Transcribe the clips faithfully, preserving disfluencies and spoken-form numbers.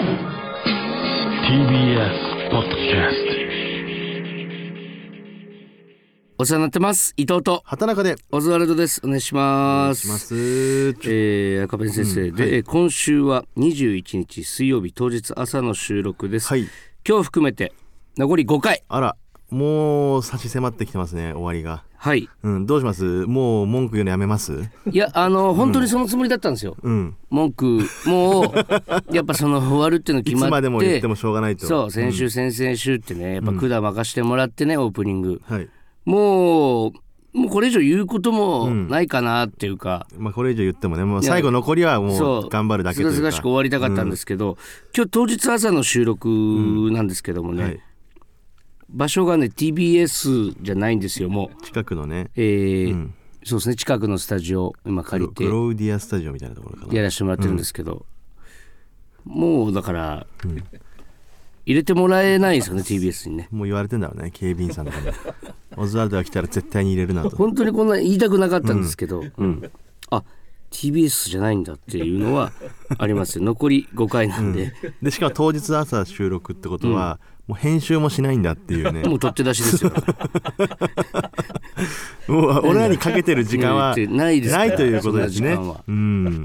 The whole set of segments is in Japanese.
ティービーエス ポッドキャスト。 お世話になってます。伊藤と畑中でオズワルドです。お願いします。 お願いします。 えー、赤ペン先生、うん、で、はい、今週はにじゅういちにち水曜日当日朝の収録です、はい、今日含めて残りごかい。 あら、もう差し迫ってきてますね、終わりが。はい、うん、どうします？もう文句言うのやめます？ いや、あの本当にそのつもりだったんですよ、うん、文句もうやっぱその終わるっていうの決まって、いつまでも言ってもしょうがないと。 そう、先週、うん、先々週ってね、やっぱ管任してもらってね、オープニング、はい、もうもうこれ以上言うこともないかなっていうか、 うん、まあ、これ以上言ってもね、もう最後残りはもう頑張るだけというか、 すがすがしく終わりたかったんですけど、うん、今日当日朝の収録なんですけどもね、うん、はい、場所がね ティービーエス じゃないんですよ。もう近くのね、 えーうん、そうですね、近くのスタジオ今借りてグロウディアスタジオみたいなところかな、 やらせてもらってるんですけど、うん、もうだから、うん、入れてもらえないですよね、 ティービーエス にね。 もう言われてんだろうね、警備員さんとかにオズワルドが来たら絶対に入れるなと。 本当にこんな言いたくなかったんですけど、うんうん、あ ティービーエス じゃないんだっていうのはありますよ。残りごかいなんで、 うん、でしかも当日朝収録ってことは、うん、もう編集もしないんだっていうね。 もう取って出しですよもう俺らにかけてる時間はないですから、 ないということですね。 そんな時間は、うん、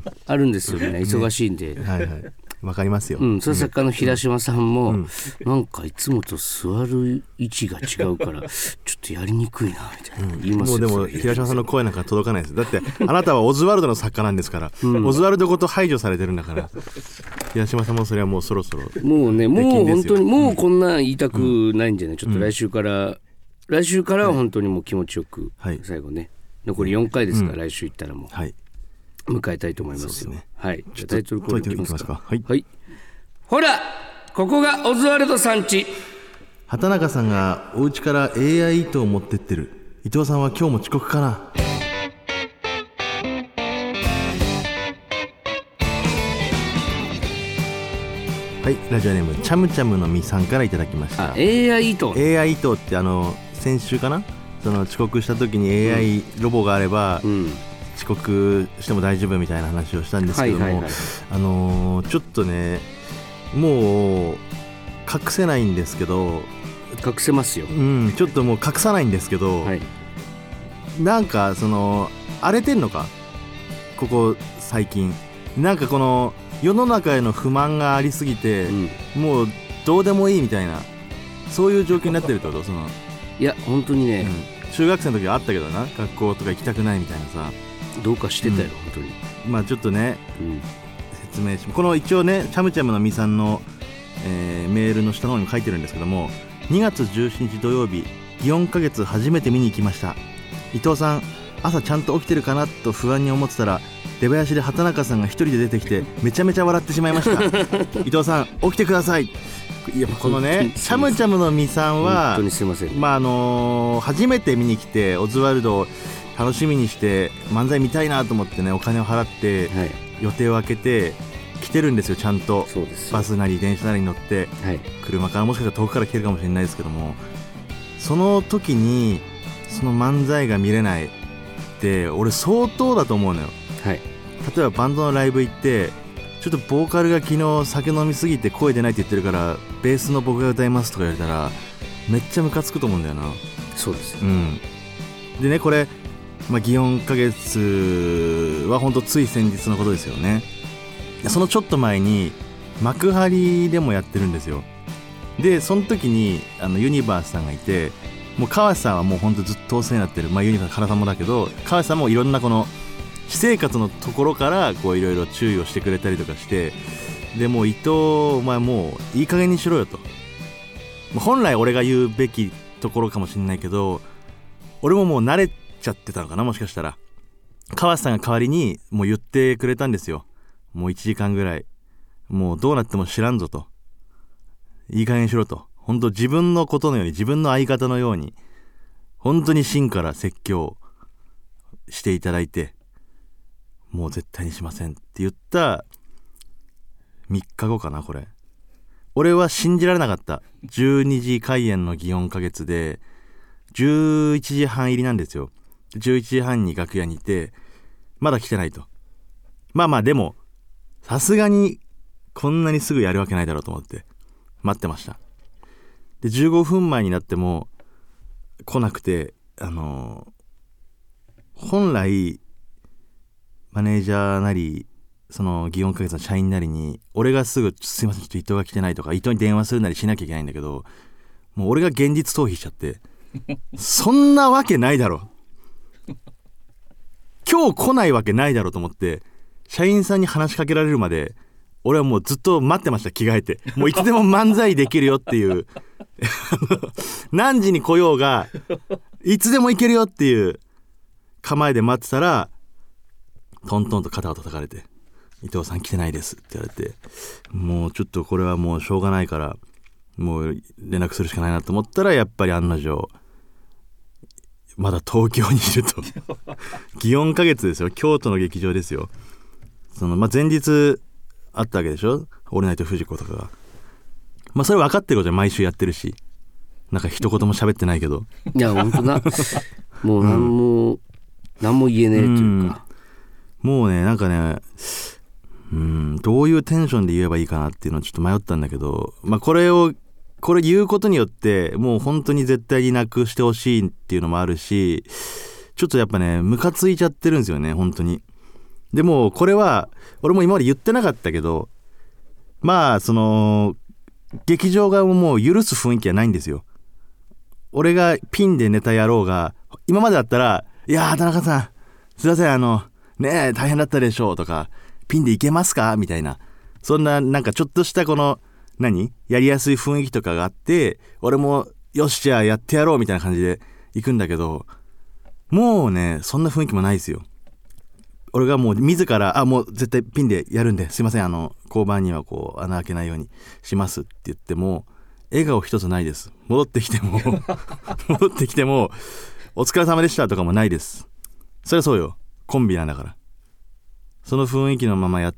あるんですよね、忙しいんで、 ね、はいはい、わかりますよ、 うん、それ作家の平島さんも、うん、なんかいつもと座る位置が違うからちょっとやりにくいなみたいな、うん、言いますよ。 もうでも平島さんの声なんか届かないです。だってあなたはオズワルドの作家なんですから、うん、オズワルドごと排除されてるんだから平島さんもそれはもうそろそろもうね、もう本当にもうこんなん言いたくないんじゃない、うん、ちょっと来週から、うん、来週からは本当にもう気持ちよく、はい、最後ね残りよんかいですから、うん、来週行ったらもう、はい、迎えたいと思いますよ。 ね、 はい、じゃあタイトルコールいきますか。 はい、 はい、ほらここがオズワルドさんち。 畑中さんがお家から エーアイ 糸を持ってってる。伊藤さんは今日も遅刻かな。はい、ラジオネームチャムチャムのみさんからいただきました。 あ、 エーアイ 糸エーアイ 糸ってあの先週かな、その遅刻した時に エーアイ ロボがあれば、うん、遅刻しても大丈夫みたいな話をしたんですけども、はいはいはい、あのー、ちょっとねもう隠せないんですけど。 隠せますよ、 うん、ちょっともう隠さないんですけど、はい、なんかその荒れてんのかここ最近、なんかこの世の中への不満がありすぎて、うん、もうどうでもいいみたいな、そういう状況になってるってこと。そのいや本当にね、 うん、中学生の時はあったけどな、学校とか行きたくないみたいなさ、 どうかしてたよ、うん、本当に。 まあちょっとね、うん、説明しこの一応ねチャムチャムのみさんの、えー、メールの下の方にも書いてるんですけども、にがつじゅうしちにち土曜日、祇園花月初めて見に行きました。伊藤さん朝ちゃんと起きてるかなと不安に思ってたら、出囃子で畑中さんが一人で出てきてめちゃめちゃ笑ってしまいました伊藤さん起きてください。いやこのねチャムチャムのみさんは本当にすいません、 まああのー、初めて見に来てオズワルドを楽しみにして漫才見たいなと思ってね、お金を払って予定を空けて来てるんですよ、ちゃんと。 そうです、 バスなり電車なりに乗って、はい、車からもしかしたら遠くから来てるかもしれないですけども、その時にその漫才が見れないって俺相当だと思うのよ、はい、例えばバンドのライブ行ってちょっとボーカルが昨日酒飲みすぎて声出ないって言ってるからベースの僕が歌いますとか言われたらめっちゃムカつくと思うんだよな。 そうです、 うん、でねこれ、まあ、祇園花月は本当つい先日のことですよね。そのちょっと前に幕張でもやってるんですよ。でその時にあのユニバースさんがいて、もう川瀬さんはもう本当ずっとお世話になってる、まあ、ユニバース原さんもだけど川瀬さんもいろんなこの私生活のところからこういろいろ注意をしてくれたりとかして、でもう伊藤お前もういい加減にしろよと、本来俺が言うべきところかもしれないけど俺ももう慣れちゃってたのかな、もしかしたら。川瀬さんが代わりにもう言ってくれたんですよ。もういちじかんぐらいもうどうなっても知らんぞと、いい加減にしろと、本当自分のことのように自分の相方のように本当に芯から説教していただいて、もう絶対にしませんって言ったみっかごかな。これ俺は信じられなかった。じゅうにじ開演の祇園花月でじゅういちじはん入りなんですよ。じゅういちじはんに楽屋にいてまだ来てないと。まあまあでもさすがにこんなにすぐやるわけないだろうと思って待ってました。でじゅうごふんまえになっても来なくて、あのー、本来マネージャーなりその祇園花月の社員なりに俺がすぐすいませんちょっと伊藤が来てないとか伊藤に電話するなりしなきゃいけないんだけど、もう俺が現実逃避しちゃってそんなわけないだろ今日来ないわけないだろうと思って社員さんに話しかけられるまで俺はもうずっと待ってました。着替えてもういつでも漫才できるよっていう何時に来ようがいつでも行けるよっていう構えで待ってたらトントンと肩を叩かれて伊藤さん来てないですって言われて、もうちょっとこれはもうしょうがないからもう連絡するしかないなと思ったら、やっぱり案の定まだ東京にいると祇園花月ですよ、京都の劇場ですよ。その、まあ、前日あったわけでしょ、オールナイトフジコとかが。まあそれ分かってることは毎週やってるし、なんか一言も喋ってないけどいや本当なもう何も、うん、何も言えねえっていうか、 うん、もうねなんかねうん、どういうテンションで言えばいいかなっていうのをちょっと迷ったんだけど、まあこれをこれ言うことによってもう本当に絶対になくしてほしいっていうのもあるし、ちょっとやっぱねムカついちゃってるんですよね本当に。でもこれは俺も今まで言ってなかったけど、まあその劇場側ももう許す雰囲気はないんですよ。俺がピンでネタやろうが、今までだったらいやー田中さんすいませんあのねえ大変だったでしょうとかピンでいけますかみたいな、そんななんかちょっとしたこの何やりやすい雰囲気とかがあって、俺もよしじゃあやってやろうみたいな感じで行くんだけど、もうねそんな雰囲気もないですよ。俺がもう自らあもう絶対ピンでやるんですいませんあの交番にはこう穴開けないようにしますって言っても笑顔一つないです。戻ってきても戻ってきてもお疲れ様でしたとかもないです。そりゃそうよ、コンビなんだから。その雰囲気のままやって、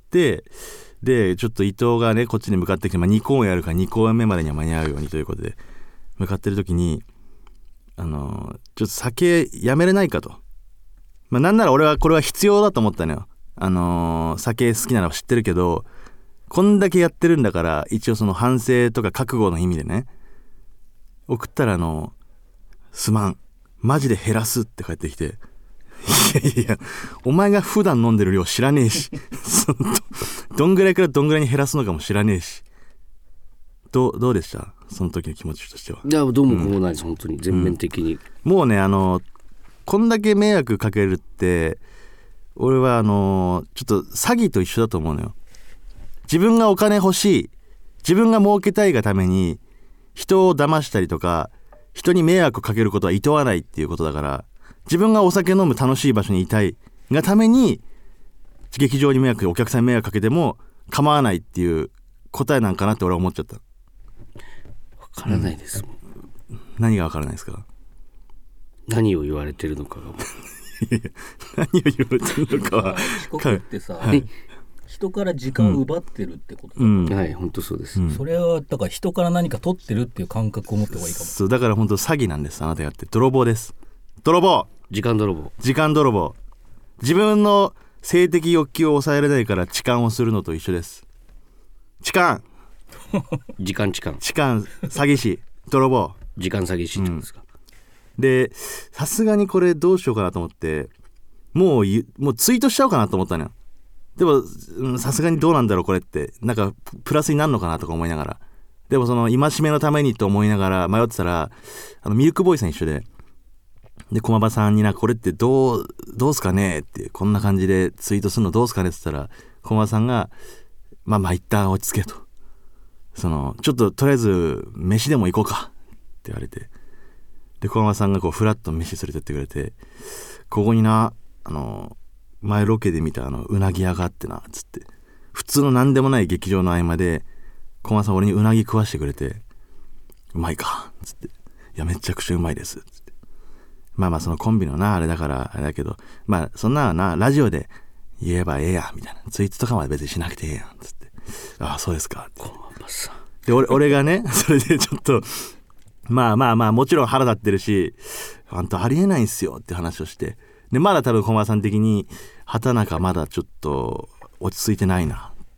でちょっと伊藤がねこっちに向かってきて、まあ、に公演やるからに公演目までには間に合うようにということで向かってる時に、あのー、ちょっと酒やめれないかと、まあ、なんなら俺はこれは必要だと思ったのよ。あのー、酒好きなのは知ってるけどこんだけやってるんだから一応その反省とか覚悟の意味でね送ったら、あのすまんマジで減らすって返ってきて、いやいやお前が普段飲んでる量知らねえしど, どんぐらいからどんぐらいに減らすのかも知らねえし、どうどうでしたその時の気持ちとしては。 いやどうもこうもないです、うん、本当に全面的に、 うん、もうねあのこんだけ迷惑かけるって俺はあのちょっと詐欺と一緒だと思うのよ。自分がお金欲しい、自分が儲けたいがために人を騙したりとか人に迷惑かけることは厭わないっていうことだから、自分がお酒飲む楽しい場所にいたいがために劇場に迷惑お客さんに迷惑かけても構わないっていう答えなんかなって俺は思っちゃった。 わからないです、 うん、何がわからないですか。 何を言われてるのかが何を言われてるのかは遅刻ってさ、はい、人から時間を奪ってるってことだ、 うんうん、はい本当そうです、 うん、それはだから人から何か取ってるっていう感覚を持った方がいいかも。 そうだから本当詐欺なんです。あなたやって泥棒です。泥棒、 時間泥棒、 時間泥棒。自分の性的欲求を抑えられないから痴漢をするのと一緒です。痴漢時間痴漢痴漢詐欺師泥棒時間詐欺師ってことですか、 うん、でさすがにこれどうしようかなと思ってもうもうツイートしちゃおうかなと思ったのよ。でもさすがにどうなんだろうこれってなんかプラスになるのかなとか思いながら、でもその戒めのためにと思いながら迷ってたら、あのミルクボーイさん一緒でで駒場さんになんかこれってどうどうすかねってこんな感じでツイートするのどうすかねって言ったら駒場さんがまあまあ一旦落ち着けと、そのちょっととりあえず飯でも行こうかって言われて、で駒場さんがこうフラッと飯連れてってくれて、ここになあの前ロケで見たあのうなぎ屋があってなつって、普通のなんでもない劇場の合間で駒場さん俺にうなぎ食わしてくれて、うまいかつって、いやめちゃくちゃうまいですつって、まあまあそのコンビのなあれだからあれだけど、まあそんななラジオで言えばええやみたいな、ツイートとかまで別にしなくてええやんつって、ああそうですかって。で 俺, 俺がねそれでちょっとまあまあまあもちろん腹立ってるし、あんたありえないんすよって話をして、でまだ多分駒場さん的に畑中まだちょっと落ち着いてないなっ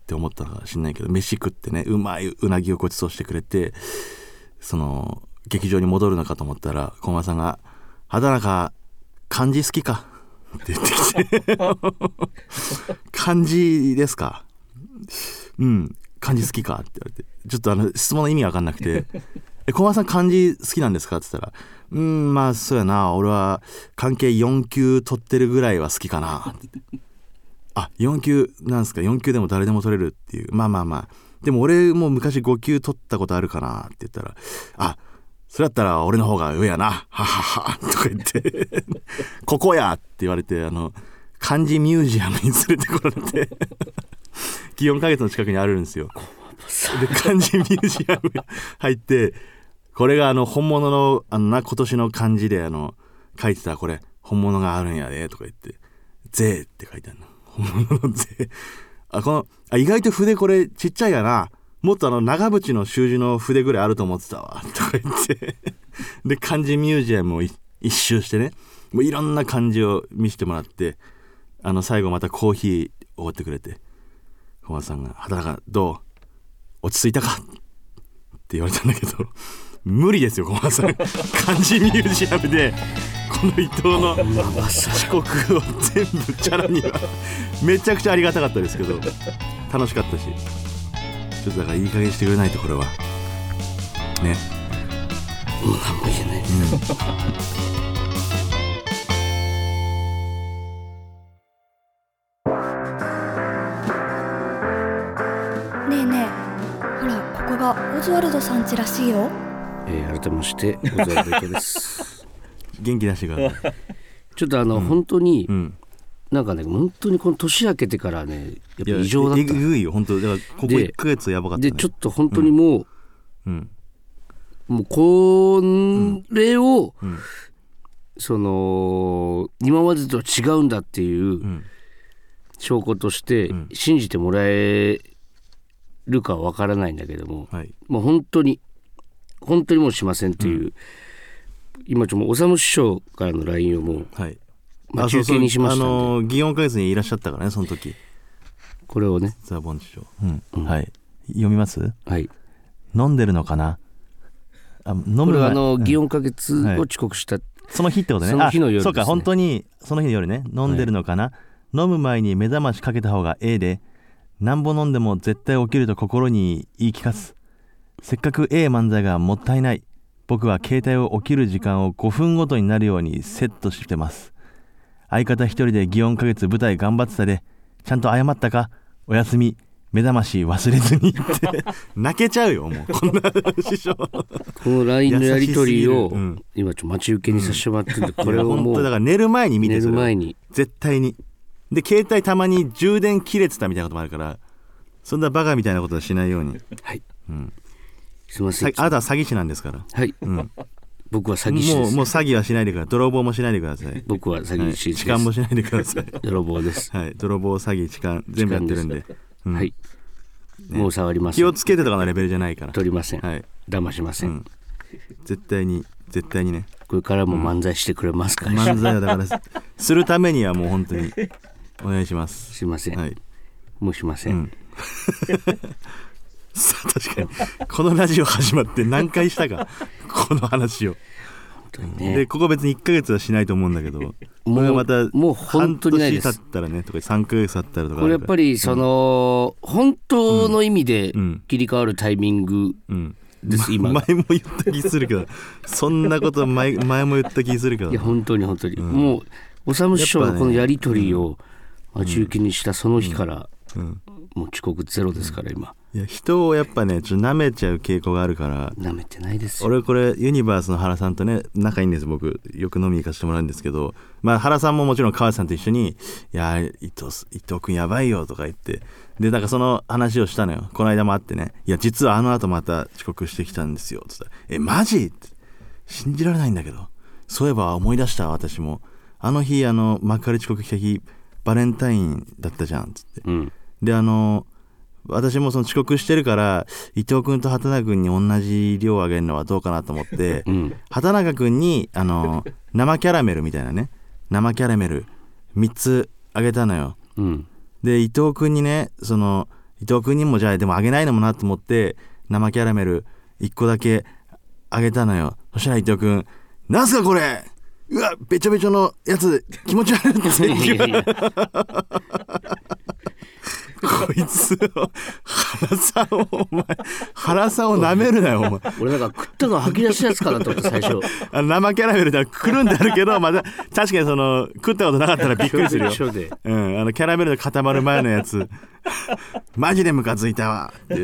って思ったのか知んないけど、飯食ってねうまいうなぎをごちそうしてくれて、その劇場に戻るのかと思ったら小松さんが「畑中漢字好きか?」って言ってきて漢字ですか、うん漢字好きかって言われて、ちょっとあの質問の意味わかんなくてえ小松さん漢字好きなんですかって言ったら、うーんまあそうやな、俺は関係よん級取ってるぐらいは好きかなってあよん級なんすか、よん級でも誰でも取れるっていう、まあまあまあでも俺も昔ご級取ったことあるかなって言ったら、あそれだったら俺の方が上やなはははとか言ってここやって言われて、あの漢字ミュージアムに連れてこられて祇園花月の近くにあるんですよ。で漢字ミュージアム入って、これがあの本物のあのな今年の漢字であの書いてたこれ本物があるんやでとか言って「ぜ」って書いてあるの、本物のぜ。あこのあ意外と筆これちっちゃいやな、もっとあの長渕の習字の筆ぐらいあると思ってたわとか言ってで漢字ミュージアムを一周してね、もういろんな漢字を見せてもらって、あの最後またコーヒーおごってくれて、小松さんが「畑中どう落ち着いたか?」って言われたんだけど無理ですよ小松さん漢字ミュージアムでこの伊藤の遅刻を全部チャラにはめちゃくちゃありがたかったですけど楽しかったし、ちょっとだからいい加減してくれないとこれはね、 もう何も言えないです、 うん、ねえねえ、ほらここがオズワルドさん家らしいよ。 えー、改めましてオズワルド伊藤です元気出してくださいちょっとあの、うん、本当に、 うん、 なんかね本当にこの年明けてからねやっぱ異常だった。 えぐいよ本当。だからここいっかげつやばかったね。 でちょっと本当にもう、うん、もうこれを、うん、その今までとは違うんだっていう証拠として信じてもらえるかは分からないんだけども、はい、もう本当に本当にもうしませんっていう、うん、今ちょっとおさむ師匠からの ライン をもう、はい、待ち受けにしましたんで、 あの祇園花月にいらっしゃったからねその時、 これをねザ・ボン師匠、うんうん、はい、読みます。 はい。 飲んでるのかな。あ飲むこれはあの祇園花月を遅刻した、 はい、その日ってことね。 その日の夜ですね。 そうか本当にその日の夜ね。飲んでるのかな、はい、飲む前に目覚ましかけた方がええで、なんぼ飲んでも絶対起きると心に言い聞かす。せっかくええ漫才がもったいない。僕は携帯を起きる時間をごふんごとになるようにセットしてます。相方一人で祇園花月舞台頑張ってたで、ちゃんと謝ったか、おやすみ、目覚まし忘れずにって泣けちゃうよもうこんな師匠この ライン のやり取りを今ちょっと待ち受けにさせてもらってるんで、これをもう本当だから寝る前に見て、 寝る前に絶対に。で携帯たまに充電切れてたみたいなこともあるから、そんなバカみたいなことはしないように。 はい、 うん、 すいません。 あなたは詐欺師なんですから。 はい、うん、僕は詐欺師です。 もう、もう詐欺はしないでください。泥棒もしないでください。 僕は詐欺師です。 痴漢もしないでください。 泥棒です。 はい、泥棒詐欺痴漢全部やってるんで、 うん、はい、ね、もう触りません。 気をつけてとかのレベルじゃないから取りません、はい、騙しません、うん、 絶対に絶対にね。 これからも漫才してくれますか、 うん、漫才はだからするためにはもう本当にお願いします。 すいません、 はい、 もうしません、うんさあ確かにこのラジオ始まって何回したかこの話を本当に、ね、 でここ別にいっかげつはしないと思うんだけど、これがまたもう本当にないです。 半年経ったらねとかさんかげつ経ったらとか、 これやっぱりその、うん、本当の意味で切り替わるタイミングです、うん、今、 ま、前も言った気するけどそんなこと前、前も言った気するけど、 いや本当に本当に、うん、もうおさむ師匠のこのやり取りを待ち受けにしたその日から、うんうん、もう遅刻ゼロですから今。 いや人をやっぱねちょっと舐めちゃう傾向があるから。 舐めてないですよ。 俺これユニバースの原さんとね仲いいんです。僕よく飲みに行かせてもらうんですけど、まあ原さんももちろん川内さんと一緒にいや伊藤、伊藤君やばいよとか言って、でなんかその話をしたのよ。この間もあってね、いや実はあの後また遅刻してきたんですよつったら、えマジって信じられないんだけど、そういえば思い出した私もあの日あの幕張遅刻した日バレンタインだったじゃんつって、うん、であの私もその遅刻してるから伊藤君と畑中君に同じ量をあげるのはどうかなと思って、うん、畑中君にあの生キャラメルみたいなね生キャラメルみっつあげたのよ、うん、で伊藤君にねその伊藤君にもじゃあでもあげないのもなと思って生キャラメルいっこだけあげたのよ。そしたら伊藤君なんすかこれ、うわべちょべちょのやつ気持ち悪いって言うこいつを原さんをお前原さんを舐めるなよお前。 俺なんか食ったの吐き出したやつかなと思って最初あの生キャラメルでくるんであるけどまた確かにその食ったことなかったらびっくりするようん、あのキャラメルで固まる前のやつマジでムカついたわって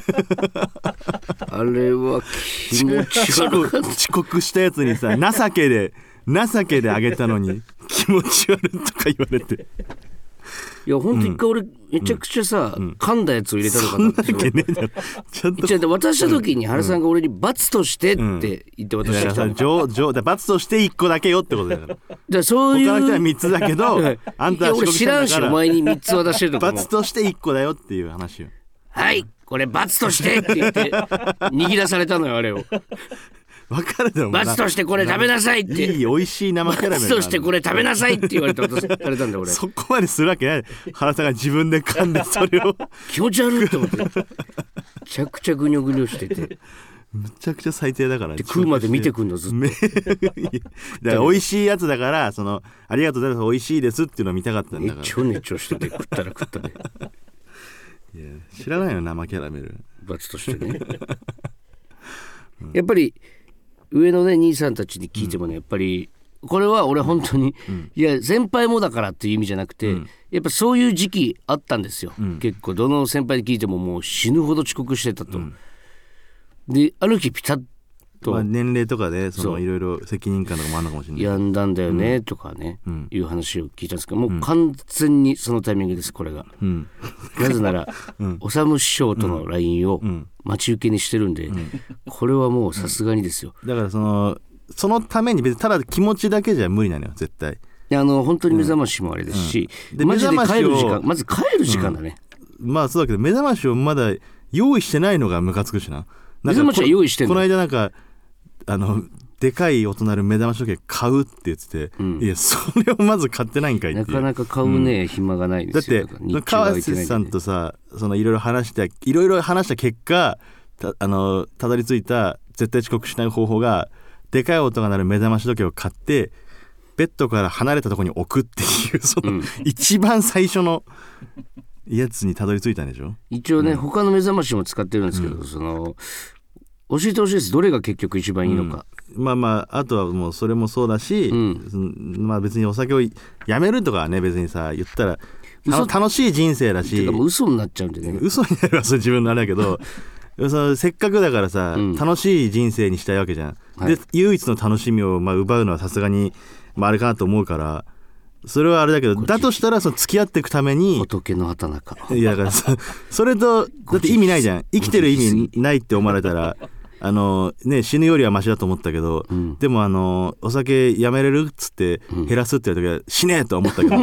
あれは気持ち悪かった。 遅刻したやつにさ情けで情けであげたのに気持ち悪いとか言われて、 いやほんと一回俺めちゃくちゃさ、うん、噛んだやつを入れたのかなって。 そんなわけねえだろ。ちゃんと渡した時に原さんが俺に罰としてって言って渡してきたの、 うん、だ罰としていっこだけよってことだからじゃあそういう他の人はみっつだけどあんたは遅刻したんだから、いや俺知らんしお前にみっつ渡してるとかも罰としていっこだよっていう話よ。 はいこれ罰としてって言って握らされたのよあれを。 分かるだろう。 罰としてこれ食べなさいって。 いい美味しい生キャラメル。 罰としてこれ食べなさいって言われて渡されたんだ俺。 そこまでするわけない。原さんが自分で噛んでそれを気持ち悪いと思って。めちゃくちゃグニョグニョしてて。 むちゃくちゃ最低だから。 で食うまで見てくんのずっと。 だから美味しいやつだからそのありがとうございます美味しいですっていうのを見たかったんだから。 ねちょねちょしてて食ったら食ったで。 いや知らないよ生キャラメル。 罰としてね。やっぱり。上のね兄さんたちに聞いてもね、うん、やっぱりこれは俺本当に、うん、いや先輩もだからっていう意味じゃなくて、うん、やっぱそういう時期あったんですよ、うん、結構どの先輩に聞いてももう死ぬほど遅刻してたと、うん、である日ピタッと、 まあ、年齢とかでそのいろいろ責任感とかもあるのかもしれない。 やんだんだよね、うん、とかね、うん、いう話を聞いたんですけどもう完全にそのタイミングですこれが、うん、なぜなら、うん、おさむ師匠との ライン を待ち受けにしてるんで、うん、これはもうさすがにですよ、 うん、だからそのそのために別にただ気持ちだけじゃ無理なのよ絶対。 いやあの本当に目覚ましもあれですし、うん、でマジで帰る時間まず帰る時間だね、 うん、まあそうだけど目覚ましをまだ用意してないのがムカつくしな。 目覚ましは用意してんの。 この間なんかあのでかい音鳴る目覚まし時計買うって言ってて、うん、いやそれをまず買ってないんかいっていう。 なかなか買うね、うん、暇がないですよ。 だって川瀬さんとさそのいろいろ話したいろいろ話した結果 た, あのたどり着いた絶対遅刻しない方法がでかい音が鳴る目覚まし時計を買ってベッドから離れたところに置くっていうその、うん、一番最初のやつにたどり着いたんでしょ。 一応ね、うん、他の目覚ましも使ってるんですけど、うん、その教えてほしいです。どれが結局一番いいのか、 うん、まあまああとはもうそれもそうだし、うん、まあ別にお酒をやめるとかはね別にさ言ったら楽しい人生だし、 てかもう嘘になっちゃうんでね。 嘘になるわそれ自分のあれだけどそのせっかくだからさ、うん、楽しい人生にしたいわけじゃん、はい、で唯一の楽しみをまあ奪うのはさすがに、まあ、あれかなと思うからそれはあれだけどだとしたらその付き合っていくために仏の畑中いやだからそ, それとだって意味ないじゃん。生きてる意味ないって思われたらあのね、死ぬよりはマシだと思ったけど、うん、でもあのお酒やめれるっつって減らすって言われた時は死ねえと思ったけど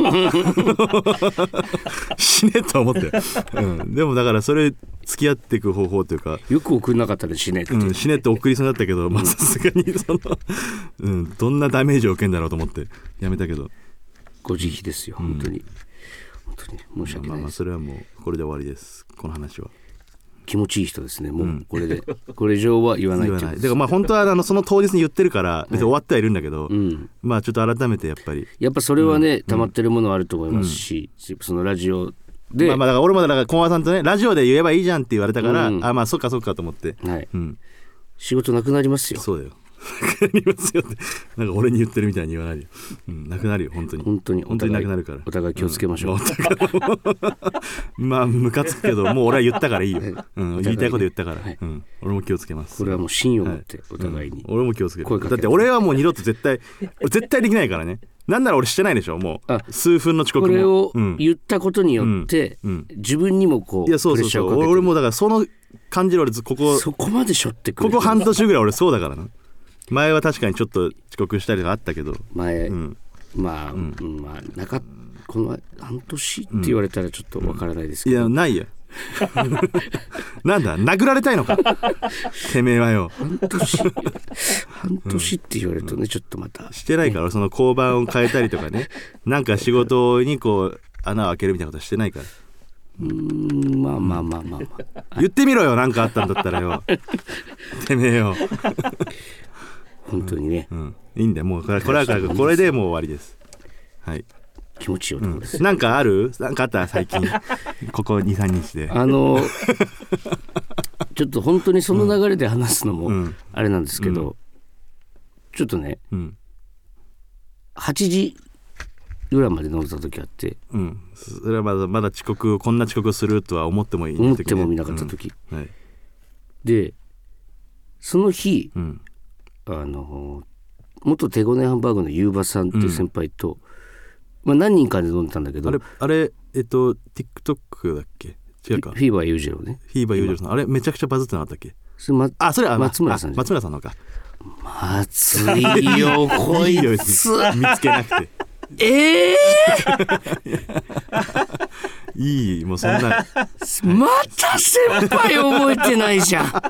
死ねえと思って、うん、でもだからそれ付き合っていく方法というかよく送んなかったら死ねえって、うん、 死ねえって送りそうになったけどさすがにその、うん、どんなダメージを受けんだろうと思ってやめたけどご慈悲ですよ本当に、うん、本当に申し訳ないです。 まあまあそれはもうこれで終わりですこの話は。 気持ちいい人ですねもうこれで、うん、これ以上は言わないっていう。言わない。 だからまあ本当はあのその当日に言ってるから別に終わってはいるんだけど、はいうん、まあちょっと改めてやっぱりやっぱそれはね、うん、溜まってるものはあると思いますし、うん、そのラジオでまあまあだから俺もだから駒場さんとねラジオで言えばいいじゃんって言われたから、うん、あまあそっかそっかと思って、はいうん、 仕事なくなりますよ。 そうだよなくなりますよってなんか俺に言ってるみたいに言わないで、うん、なくなるよ本当に本当に本当になくなるからお互い気をつけましょう、 うん、まあムカつくけどもう俺は言ったからいいよ、うん、言いたいこと言ったから、はいうん、俺も気をつけます。 これはもう信を持ってお互いに、 はいうん、俺も気をつける。だって俺はもう二度と絶対絶対できないからね。なんなら俺してないでしょもう数分の遅刻も。 これを言ったことによって、うんうん、自分にもこういやそうそうそうプレッシャーをかけてる。俺もだからその感じる俺ここそこまでしょってくれここ半年ぐらい俺そうだからな。前は確かにちょっと遅刻したりとかあったけど前、うん、まあ、うん、まあなんかこの半年って言われたらちょっとわからないですけど、 うん、いやないよなんだ殴られたいのかてめえはよ半年半年って言われるとね、うん、ちょっとまたしてないから、ね、その交番を変えたりとかねなんか仕事にこう穴を開けるみたいなことしてないからうーんまあまあまあまあ、まあ、 言ってみろよなんかあったんだったらよてめえよ本当にね、 うんうん、いいんだよもうこれこれはこれでもう終わりです。はい気持ちいい男です、 うん、なんかあるなんかあった最近ここ にさんにちであのちょっと本当にその流れで話すのもあれなんですけど、うん、ちょっとね、うん、はちじぐらいまで飲んでた時あって、 うん、それはまだまだ遅刻こんな遅刻するとは思ってもいい、 ね、思ってもみなかった時、うんはい、でその日、うん、あの元手ごねハンバーグのゆうばさんっていう先輩と、うんまあ、何人かで飲んでたんだけどあれあれえっと TikTok だっけ違うかフィーバー裕次郎ねフィーバー裕次郎さんあれめちゃくちゃバズってなかったっけそれ、ま、 あそれは松村さんじゃん松村さんのか松井よこいつ見つけなくてええー、いいもうそんなまた先輩覚えてないじゃん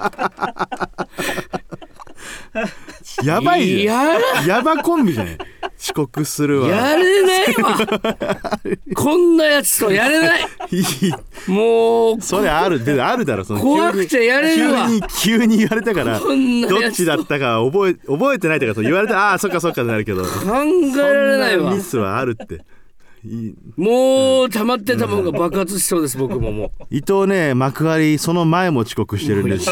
やばいじゃんやばコンビじゃない遅刻するわやれないわこんなやつとやれないもうそれあるあるだろその怖くてやれるわ急に急に言われたからどっちだったか覚え覚えてないとか言われたらああそっかそっかってなるけど考えられないわミスはあるっていいもう溜まってたものが爆発しそうです、うん、僕ももう伊藤ね幕張その前も遅刻してるんです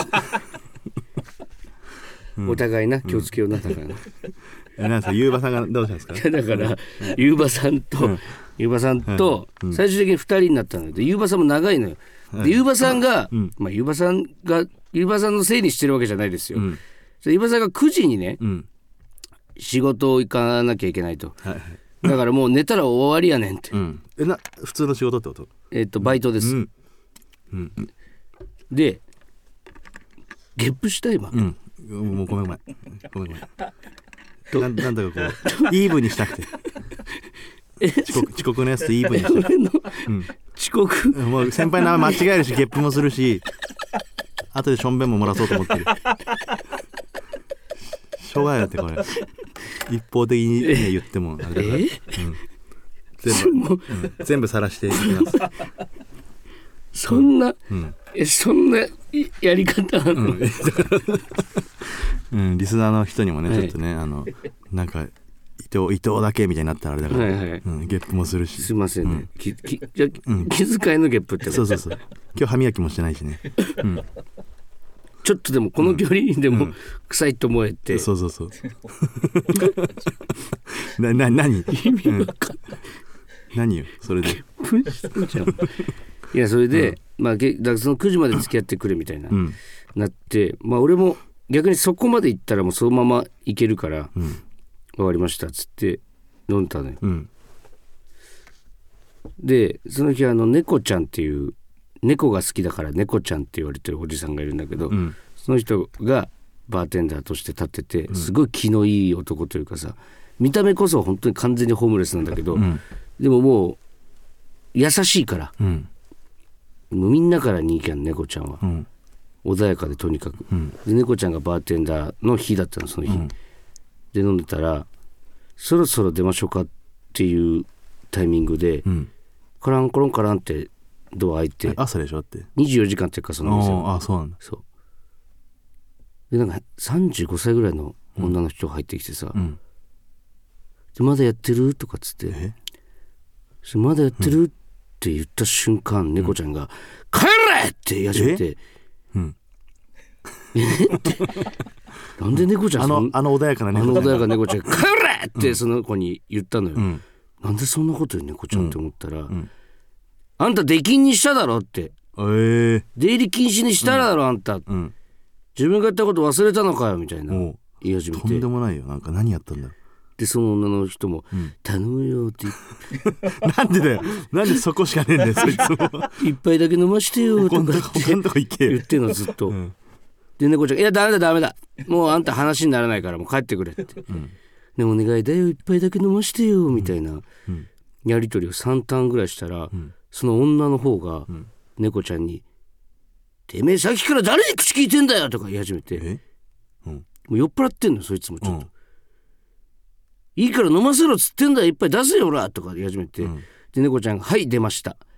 お互いな気をつけようなだからななんですかゆうばさんがどうしたんですかだからゆうばさんと、うん、ゆうばさんと最終的にふたりになったのでゆうばさんも長いのよでゆうばさんが、うんまあ、ゆうばさんがゆうばさんのせいにしてるわけじゃないですよ、うん、ゆうばさんがくじにね、うん、仕事行かなきゃいけないと、はいはい、だからもう寝たら終わりやねんって、うん、 えな普通の仕事ってこと？ えっとバイトです、うんうん、でゲップした今、うん、 もうごめんごめんごめんごめんな, なんだかこうイーブンにしたくて遅刻, 遅刻のやつとイーブンにしたくて、うん、 遅刻もう先輩の名前間違えるしゲップもするし後でしょんべんも漏らそうと思ってるしょうがないなってこれ一方的に、ね、言ってもあれだから、うん、全部、うん、全部晒していきますそんな、うん、えそんなやり方あるの、うんうん、リスナーの人にもね、はい、ちょっとねあのなんか伊藤伊藤だけみたいになったらあれだから、はいはいうん、ゲップもするしすいませんね、うん、ききじゃ、うん、気遣いのゲップってそうそうそう今日歯磨きもしてないしね、うん、 ちょっとでもこの距離でも臭いと思えて、 うん、そうそうそうなな何意味わかんない、 うん、何よそれでゲップしてるじゃんいやそれで、うんまあ、だからそのくじまで付き合ってくれみたいな、うん、なってまあ俺も逆にそこまで行ったらもうそのまま行けるから、うん、分かりましたっつって飲んだのよ、うん、でその日あの猫ちゃんっていう猫が好きだから猫ちゃんって言われてるおじさんがいるんだけど、うん、その人がバーテンダーとして立っててすごい気のいい男というかさ見た目こそ本当に完全にホームレスなんだけど、うん、でももう優しいから、うん、もうみんなから人気ある猫ちゃんは、うん穏やかでとにかく、うん、で猫ちゃんがバーテンダーの日だったのその日、うん、で飲んでたらそろそろ出ましょうかっていうタイミングで、うん、カランコロンカランってドア開いて朝でしょってにじゅうよじかんっていうかその店はあそうなんだそうでなんかさんじゅうごさいぐらいの女の人が入ってきてさ、うん、でまだやってるとかっつってまだやってる、うん、って言った瞬間猫ちゃんが、うん、帰れって言い始めてうん、なんで猫ちゃんあの、あの穏やかな猫ちゃんあの穏やかな猫ちゃん帰れってその子に言ったのよ、うん、なんでそんなこと言う猫ちゃんって思ったら、うん、あんた出禁にしただろって、えー、出入り禁止にしただろ、うん、あんた、うん、自分がやったこと忘れたのかよみたいな言い始めてとんでもないよなんか何やったんだろうでその女の人も、うん、頼むよってなんでだよなんでそこしかねえんだよそいつも一杯だけ飲ましてよとかって言ってんのずっと、うん、で猫ちゃんいやダメだダメだもうあんた話にならないからもう帰ってくれって、うん、ねお願いだよ一杯だけ飲ましてよみたいな、うんうん、やり取りをさんターンぐらいしたら、うん、その女の方が、うん、猫ちゃんにてめえさっきから誰に口聞いてんだよとか言い始めて、うん、もう酔っ払ってんのそいつもちょっと、うんいいから飲ませろっつってんだよいっぱい出せよほらとか言い始めて、うん、で猫ちゃんがはい出ました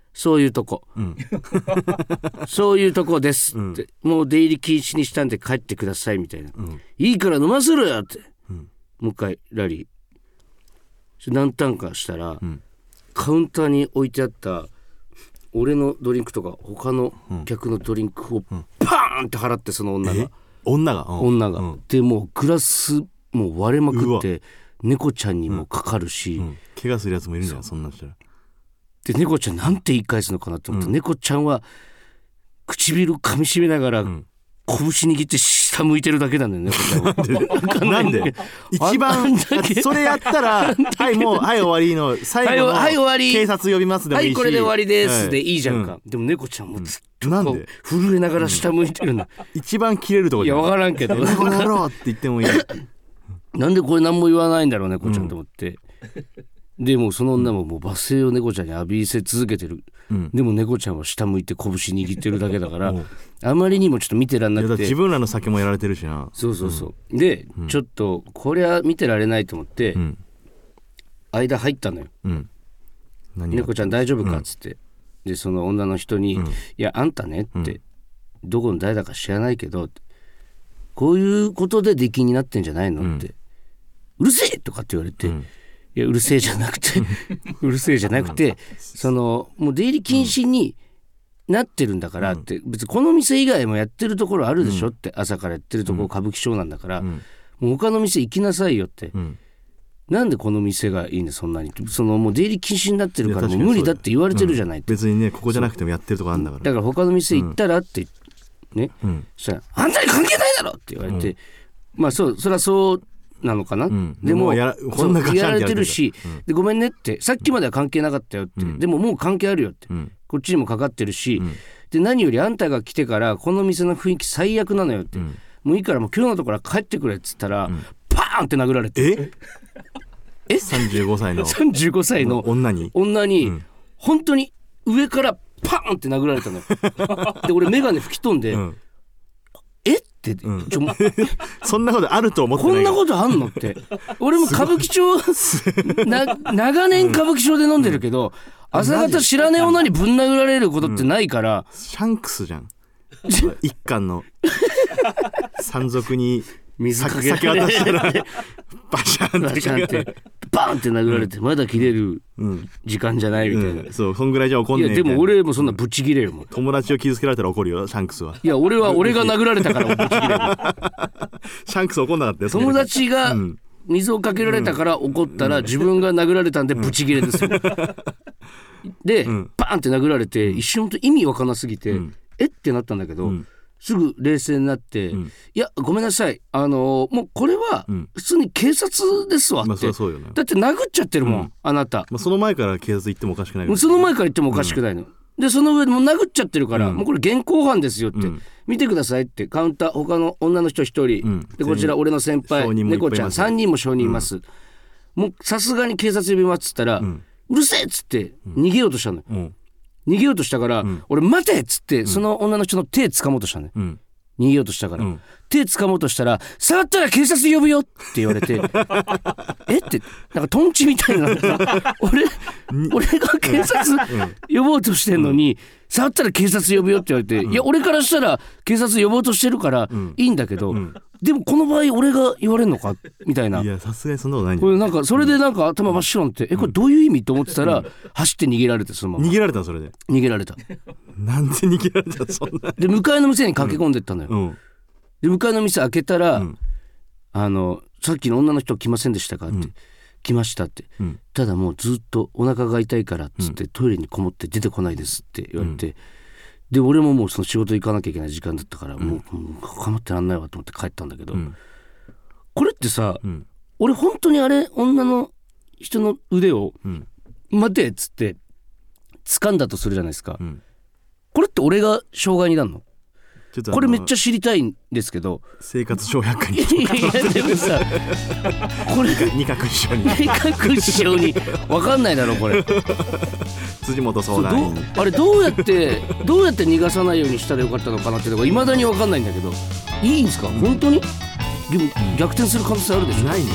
そういうとこ、うん、そういうとこですって、うん、もう出入り禁止にしたんで帰ってくださいみたいな、うん、いいから飲ませろよって、うん、もう一回ラリー何ターンかしたら、うん、カウンターに置いてあった俺のドリンクとか他の客のドリンクをパーンって払って、その女が女が、うん、 女が、うん、でもうグラスもう割れまくって猫ちゃんにもかかるし、うんうん、 怪我するやつもいるんじゃんそんなんしたら。 で猫ちゃんなんて言い返すのかなと思った、うん、猫ちゃんは唇噛みしめながら、うん、拳握って下向いてるだけなんだよね。 なんで一番それやったらはいもうはい終わりの最後のはい終わり警察呼びますでもいいし、 はいこれで終わりですでいいじゃんか、はい、でも猫ちゃんもずっとこう震えながら下向いてるの、 うん、一番切れるとこじゃん。いや分からんけどこれやろうって言ってもいいなんでこれ何も言わないんだろう猫ちゃんと思って、うん、でもその女ももう罵声を猫ちゃんに浴びせ続けてる、うん、でも猫ちゃんは下向いて拳握ってるだけだからあまりにもちょっと見てらんなくて、 自分らの酒もやられてるしな。 そうそうそう、うん、で、うん、ちょっとこれは見てられないと思って、うん、間入ったのよ、うん、猫ちゃん大丈夫かっつって、うん、でその女の人に、うん、いやあんたねって、うん、どこの誰だか知らないけどこういうことで出禁になってんじゃないの、うん、ってうるせえとかって言われて、うん、いやうるせえじゃなくてうるせえじゃなくて、うん、そのもう出入り禁止になってるんだからって、うん、別にこの店以外もやってるところあるでしょって、うん、朝からやってるところ歌舞伎町なんだから、うん、もう他の店行きなさいよって、うん、なんでこの店がいいんだそんなに、そのもう出入り禁止になってるからもう無理だって言われてるじゃないって、 うん、別にねここじゃなくてもやってるとこあるんだから、 だから他の店行ったらってね、うん、そしたらあんたに関係ないだろって言われて、うん、まあそうそりゃそうなのかな、うん、でもやらこんなガシャンってやられてるし、うん、でごめんねってさっきまでは関係なかったよって、うん、でももう関係あるよって、うん、こっちにもかかってるし、うん、で何よりあんたが来てからこの店の雰囲気最悪なのよって、うん、もういいからもう今日のところは帰ってくれっつったら、うん、パーンって殴られてええさんじゅうごさいのさんじゅうごさいの女に女に、うん、本当に上からパーンって殴られたのよで俺眼鏡吹き飛んで、うん、えって、うん、ちょそんなことあると思ってない。 こんなことあんのって俺も歌舞伎町な長年歌舞伎町で飲んでるけど、うん、朝方知らねえ女にぶん殴られることってないから、 うん、シャンクスじゃん一巻の山賊に水かけられてバシャンってバシャンってバーンって殴られて、うん、まだ切れる時間じゃないみたいな、うんうん、 そうそんぐらいじゃ怒んねえみたいな。 いやでも俺もそんなブチギレるもん、 友達を傷つけられたら怒るよシャンクスは。 いや俺は俺が殴られたからブチギレるシャンクス怒んなかったよ。 友達が水をかけられたから怒ったら、自分が殴られたんでブチギレですよ、うん、で、うん、バーンって殴られて一瞬と意味わかんなすぎて、うん、えってなったんだけど、うんすぐ冷静になって、うん、いやごめんなさいあのー、もうこれは普通に警察ですわって、うんまあ そ, そうよね、だって殴っちゃってるもん、うん、あなた、 まあ、その前から警察行ってもおかしくない、ね、 その前から行ってもおかしくないの、うん、でその上でもう殴っちゃってるから、うん、もうこれ現行犯ですよって、うん、見てくださいってカウンター他の女の人一人、うん、でこちら俺の先輩猫ちゃんさんにんも証人います、うん、もうさすがに警察呼びますっつったら、うん、うるせえっつって逃げようとしたのよ、うん、逃げようとしたから、うん、俺待てっつって、うん、その女の人の手掴もうとしたのよ、うん逃げようとしたから、うん、手掴もうとしたら触ったら警察呼ぶよって言われてえってなんかトンチみたいな俺俺が警察呼ぼうとしてんのに、うん、触ったら警察呼ぶよって言われて、うん、いや俺からしたら警察呼ぼうとしてるからいいんだけど、うん、でもこの場合俺が言われるのかみたいな。 いやさすがにそんなことないんだよ。これなんかそれでなんか頭真っ白になって、うん、えこれどういう意味と思ってたら、うん、走って逃げられてそのまま逃げられたそれで逃げられたなんで逃げられたそんなで向かいの店に駆け込んでったのよ、うんうん、で向かいの店開けたら、うん、あのさっきの女の人来ませんでしたかって、うん、来ましたって、うん、ただもうずっとお腹が痛いからっつって、うん、トイレにこもって出てこないですって言われて、うん、で俺ももうその仕事行かなきゃいけない時間だったから、うん、もう、もう構ってらんないわと思って帰ったんだけど、うん、これってさ、うん、俺本当にあれ女の人の腕を、うん、待てっつって掴んだとするじゃないですか、うん、これって俺が障害になるの？ちょっとこれめっちゃ知りたいんですけど。 生活小百科にいやでもさこれ二角師匠に二角師匠に分かんないだろこれ辻元相談員あれどうやってどうやって逃がさないようにしたらよかったのかなっていうのがいまだに分かんないんだけど、いいんですか、うん、本当に？でも逆転する可能性あるでしょ。 ないね。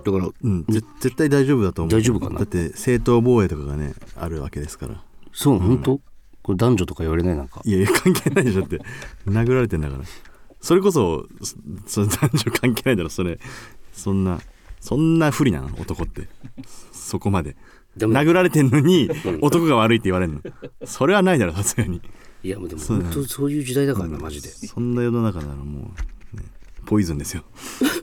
だから、 うん、絶対大丈夫だと思う。 大丈夫かな。 だって正当防衛とかがねあるわけですから。 そう、うん、本当これ男女とか言われないなんか。 いやいや関係ないでしょって殴られてんだから。それこそそそ男女関係ないだろそれ。そんなそんな不利なの男って。そこまで殴られてんのに男が悪いって言われるのそれはないだろさすがに。 いやもうでも本当そういう時代だからな、うん、マジで。 そんな世の中ならもう、ね、ポイズンですよ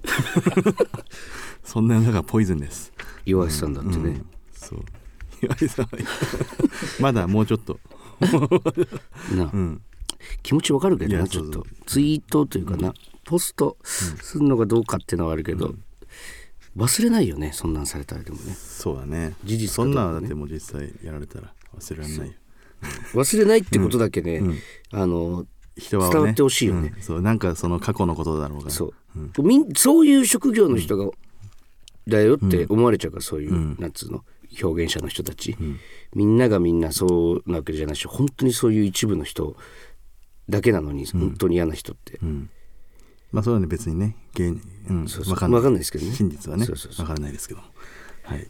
そんな世の中はポイズンです。 岩橋さんだってね、うんうん、 そう岩橋さんまだもうちょっとな、うん、気持ちわかるけどな。ちょっとツイートというかな、うん、ポストするのがどうかっていうのはあるけど、うん、忘れないよねそんなんされたら。でもねそうだね、 事実かとかね、そんなのだってもう実際やられたら忘れられないよ。 忘れないってことだけね、うん、あの人は、ね、伝わってほしいよね、 うん、そうなんかその過去のことだろうが、 そう、うん、みんそういう職業の人が、うん、だよって思われちゃうから、そういう、うん、なんつうの表現者の人たち、うん、みんながみんなそうなわけじゃないし、本当にそういう一部の人だけなのに、うん、本当に嫌な人って、うん、 まあそういうの別にね芸人、うん、 そうそう分かんない、分かんないですけどね、 真実はね、そうそうそう分からないですけど、はい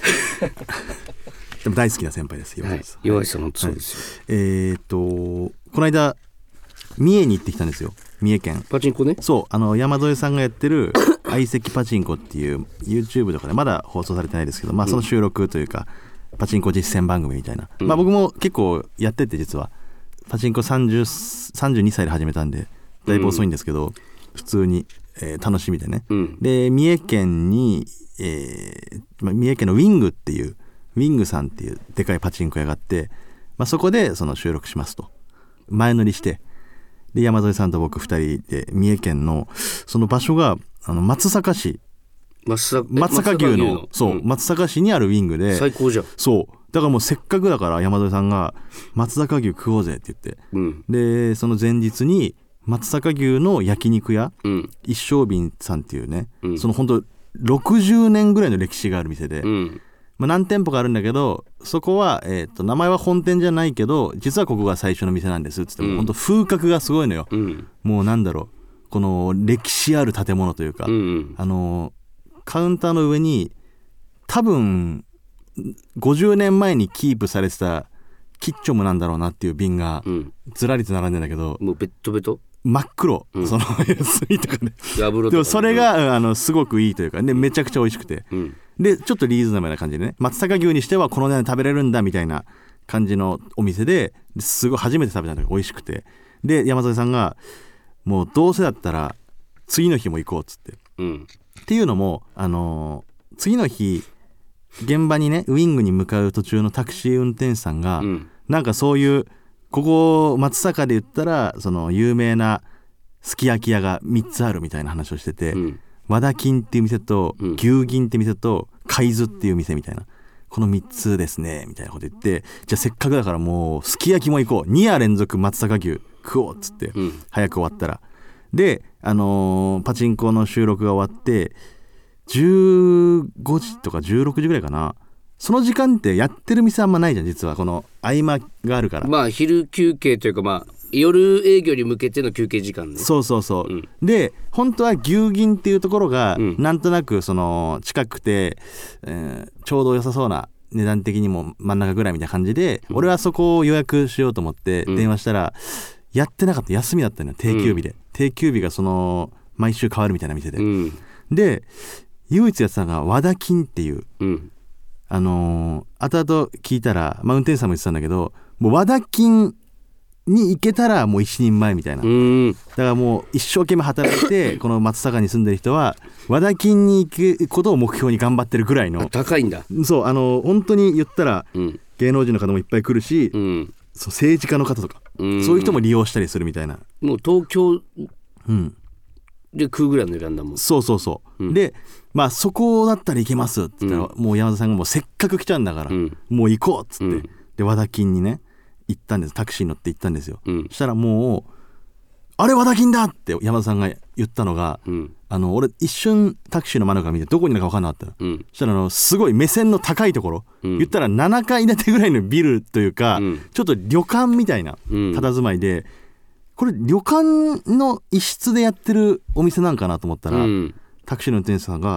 でも大好きな先輩です。岩橋さん、 岩橋さんもそうですよ、 はい、えー、っとこの間三重に行ってきたんですよ。三重県パチンコね。 そうあの山添さんがやってる相席パチンコっていう YouTube とかでまだ放送されてないですけど、まあその収録というか、うん、パチンコ実践番組みたいな、うん、まあ僕も結構やってて、実はパチンコさんじゅう、さんじゅうにさいで始めたんでだいぶ遅いんですけど、うん、普通に、えー、楽しみでね、うん、で三重県に、えーまあ、三重県のウィングっていうウィングさんっていうでかいパチンコ屋があって、まあ、そこでその収録しますと前乗りして、で山添さんと僕ふたりで三重県のその場所があの松阪市松阪牛のそう、うん、松阪市にあるウィングで、 最高じゃん。 そうだからもうせっかくだから山添さんが松阪牛食おうぜって言って、うん、でその前日に松阪牛の焼肉屋、うん、一升瓶さんっていうね、うん、その本当ろくじゅうねんぐらいの歴史がある店で、うんまあ、何店舗かあるんだけど、そこは、えー、と名前は本店じゃないけど実はここが最初の店なんですっつっても、うん、本当風格がすごいのよ、うん、もうなんだろうこの歴史ある建物というか、うんうん、あのカウンターの上に多分ごじゅうねんまえにキープされてたキッチョムなんだろうなっていう瓶がずらりと並んでんだけど、 もうベットベト真っ黒、うん、その安いとかねでもそれがあのすごくいいというか、ね、めちゃくちゃ美味しくて、うん、でちょっとリーズナブルな感じでね、松阪牛にしてはこの値段で食べれるんだみたいな感じのお店ですごい初めて食べたのが美味しくて、で山添さんがもうどうせだったら次の日も行こうっつって、うん、っていうのもあのー、次の日現場にねウィングに向かう途中のタクシー運転手さんが、うん、なんかそういうここ松阪で言ったらその有名なすき焼き屋がみっつあるみたいな話をしてて、うん、和田金っていう店と、うん、牛銀っていう店と海津っていう店みたいな、このみっつですねみたいなこと言って、じゃあせっかくだからもうすき焼きも行こうに夜連続松阪牛食おうっつって、うん、早く終わったらで、あのー、パチンコの収録が終わってじゅうごじとかじゅうろくじぐらいかな。その時間ってやってる店あんまないじゃん実は、この合間があるから。 まあ昼休憩というか、まあ夜営業に向けての休憩時間ね。 そうそうそう、うん、で本当は牛銀っていうところが、うん、なんとなくその近くて、えー、ちょうど良さそうな値段的にも真ん中ぐらいみたいな感じで、うん、俺はそこを予約しようと思って電話したら、うん、やってなかった、休みだったのよ定休日で、うん、定休日がその毎週変わるみたいな店で、うん、で唯一やってたのが和田金っていう、うんあのー、後々聞いたら、まあ、運転手さんも言ってたんだけど、もう和田金に行けたらもう一人前みたいな、うんだからもう一生懸命働いてこの松阪に住んでる人は和田金に行くことを目標に頑張ってるぐらいの。 高いんだ。 そうあの本当に言ったら、うん、芸能人の方もいっぱい来るし、うん、そう政治家の方とか、うん、そういう人も利用したりするみたいな。 もう東京、うんで食うぐらいの値段だもん。 そうそうそう、うん、でまあそこだったら行けますって言ったら、うん、もう山田さんがもうせっかく来たんだから、うん、もう行こうっつって、うん、で和田金にね行ったんです。タクシーに乗って行ったんですよ、うん、そしたらもうあれ和田金だって山田さんが言ったのが、うん、あの俺一瞬タクシーの真ん中見てどこにいるか分かんなかったの、うん、そしたらあのすごい目線の高いところ、うん、言ったらななかい建てぐらいのビルというか、うん、ちょっと旅館みたいな佇まいで、これ旅館の一室でやってるお店なんかなと思ったら、うん、タクシーの運転手さんが